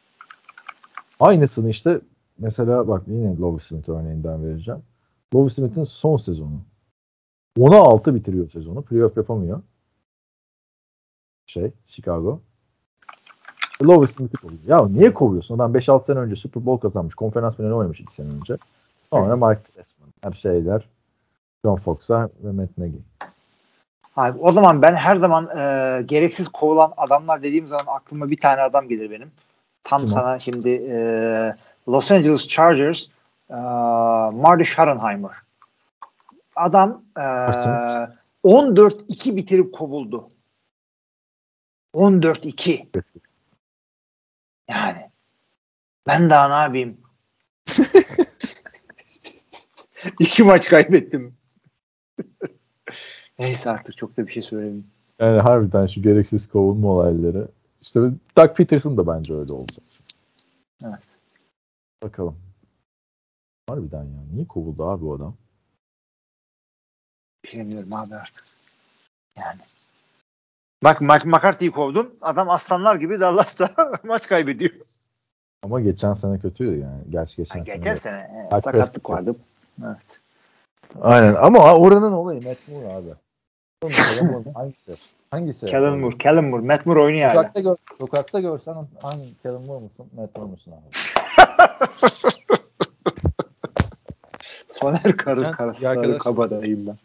Aynısını işte mesela bak yine Lovie Smith örneğinden vereceğim. Lovie Smith'in son sezonu. ona altı bitiriyor sezonu. Playoff yapamıyor. Şey, Chicago. Lovie Smith'i kovuyor. Ya niye kovuyorsun? Adam beş altı sene önce Super Bowl kazanmış. Konferans finali oynamış iki sene önce. Sonra Mike Trestman. Her şeyler John Fox'a ve Matt Nagy. Abi, o zaman ben her zaman e, gereksiz kovulan adamlar dediğim zaman aklıma bir tane adam gelir benim. Tam Kim sana o? şimdi e, Los Angeles Chargers e, Marty Schottenheimer. Adam e, on dört iki bitirip kovuldu. on dört iki. Yani ben daha ne yapayım? İki maç kaybettim. Neyse artık çok da bir şey söylemeyeyim. Yani harbiden şu gereksiz kovulma olayları. İşte Doug Peterson da bence öyle olacak. Evet. Bakalım. Harbiden ya. Niye kovuldu abi o adam? Bilemiyorum abi artık. Yani. Bak Mike McCarthy'yi kovdun. Adam aslanlar gibi Dallas'ta maç kaybediyor. Ama geçen sene kötüydü yani. Gerçi geçen, Ha, geçen sene. sene e, Doug sakatlık Prescott. vardı. Evet. Aynen ama oranın olayı Matt Moore abi. Hangisi? Hangisi? Kellen Moore. Kellen Moore. Matt Moore oynuyor hala. Sokakta, gör, sokakta görsen hangi Kellen Moore musun? Matt Moore musun abi? Soner karı Sen- karası bir arkadaş- kabadayım ben.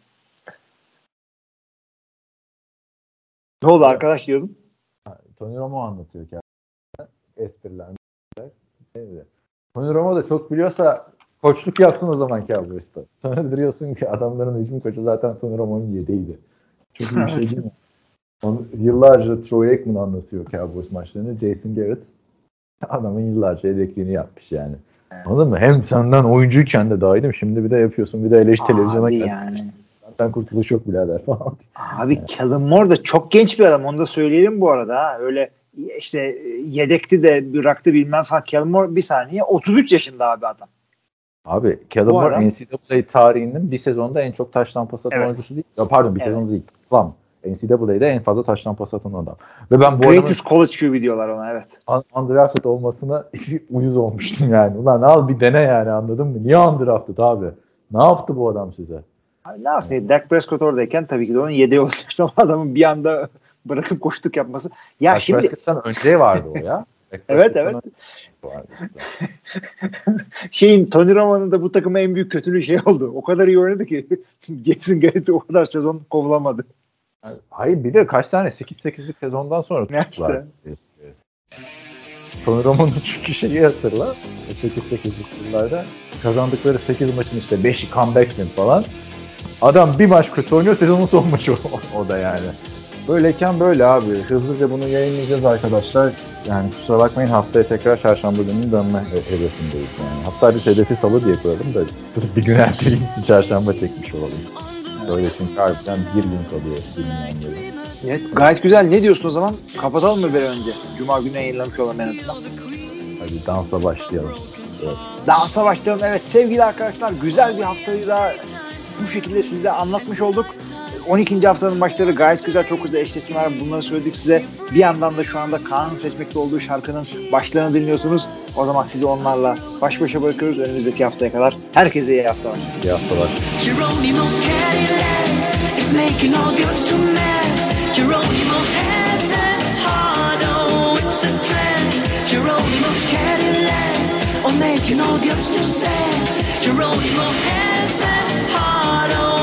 Ne oldu arkadaş diyordum. Tony Romo anlatıyor ki. Espriler. Neydi? Tony Romo da çok biliyorsa koçluk yapsın o zaman Cowboys'ta. Sonra biliyorsun ki adamların hücum koçu zaten Tony Romo'nun yedeğiydi. Çok iyi bir şey değil mi? Onu, yıllarca Troy Aikman anlatıyor Cowboys maçlarını. Jason Garrett adamın yıllarca yedekliğini yapmış yani. Anladın mı? Hem senden oyuncuyken de dahildim. Şimdi bir de yapıyorsun. Bir de eleş televizyona Abi gel. yani. Zaten kurtuluş yok birader falan. Abi evet. Kellen Moore da çok genç bir adam. Onu da söyleyelim bu arada. Ha. Öyle işte yedekti de bıraktı bilmem falan. Kellen Moore bir saniye otuz üç yaşında abi adam. Abi Kellen Moore N C double A tarihinin bir sezonda en çok taştan pas atan evet. oyuncusu değil. Ya pardon bir evet. sezonda değil. Tamam. N C double A'de en fazla taştan pas atan adam. Ve ben bu Greatest College Q B diyorlar ona evet. Undrafted olmasına uyuz olmuştum yani. Ulan al bir dene yani anladın mı? Niye undrafted abi? Ne yaptı bu adam size? Abi ne yapsın? Yani. Dak Prescott oradayken tabii ki de onun yedeği olacak ama adamın bir anda bırakıp koştuk yapması. Ya Dak şimdi Prescott'tan önce vardı o ya. evet evet. Şeyin Tony Romo'nun da bu takıma en büyük kötülüğü şey oldu. O kadar iyi oynadı ki Jason Garrett'i o kadar sezon kovulamadı. Hayır bir de kaç tane sekiz sekizlik sezondan sonra tuttular. Tony Romo'nun çünkü şeyi hatırla. sekiz sekizlik yıllarda kazandıkları sekiz maçın işte beşi comeback win falan. Adam bir maç kötü oynuyor, sezonun son maçı o, o da yani. Böyleyken böyle abi. Hızlıca bunu yayınlayacağız arkadaşlar. Yani kusura bakmayın haftaya tekrar çarşamba gününün dönme hedefindeyiz yani. Hatta biz hedefi salı diye koyalım da sırf bir gün erteleyici için çarşamba çekmiş olalım. Böyle çünkü harbiden bir gün kalıyor dinleyenleri. Evet, gayet güzel. Ne diyorsun o zaman? Kapatalım mı bir önce? Cuma günü yayınlamış olalım en azından. Hadi dansa başlayalım. Evet. Dansa başlayalım. Evet sevgili arkadaşlar güzel bir haftayı da bu şekilde size anlatmış olduk. on ikinci haftanın maçları gayet güzel, çok güzel eşleşmeler. Bunları söyledik size. Bir yandan da şu anda Kaan'ın seçmekte olduğu şarkının başlarını dinliyorsunuz. O zaman sizi onlarla baş başa bırakıyoruz önümüzdeki haftaya kadar. Herkese iyi haftalar. İyi haftalar. Making all girls too sad. Geronimo has a heart on.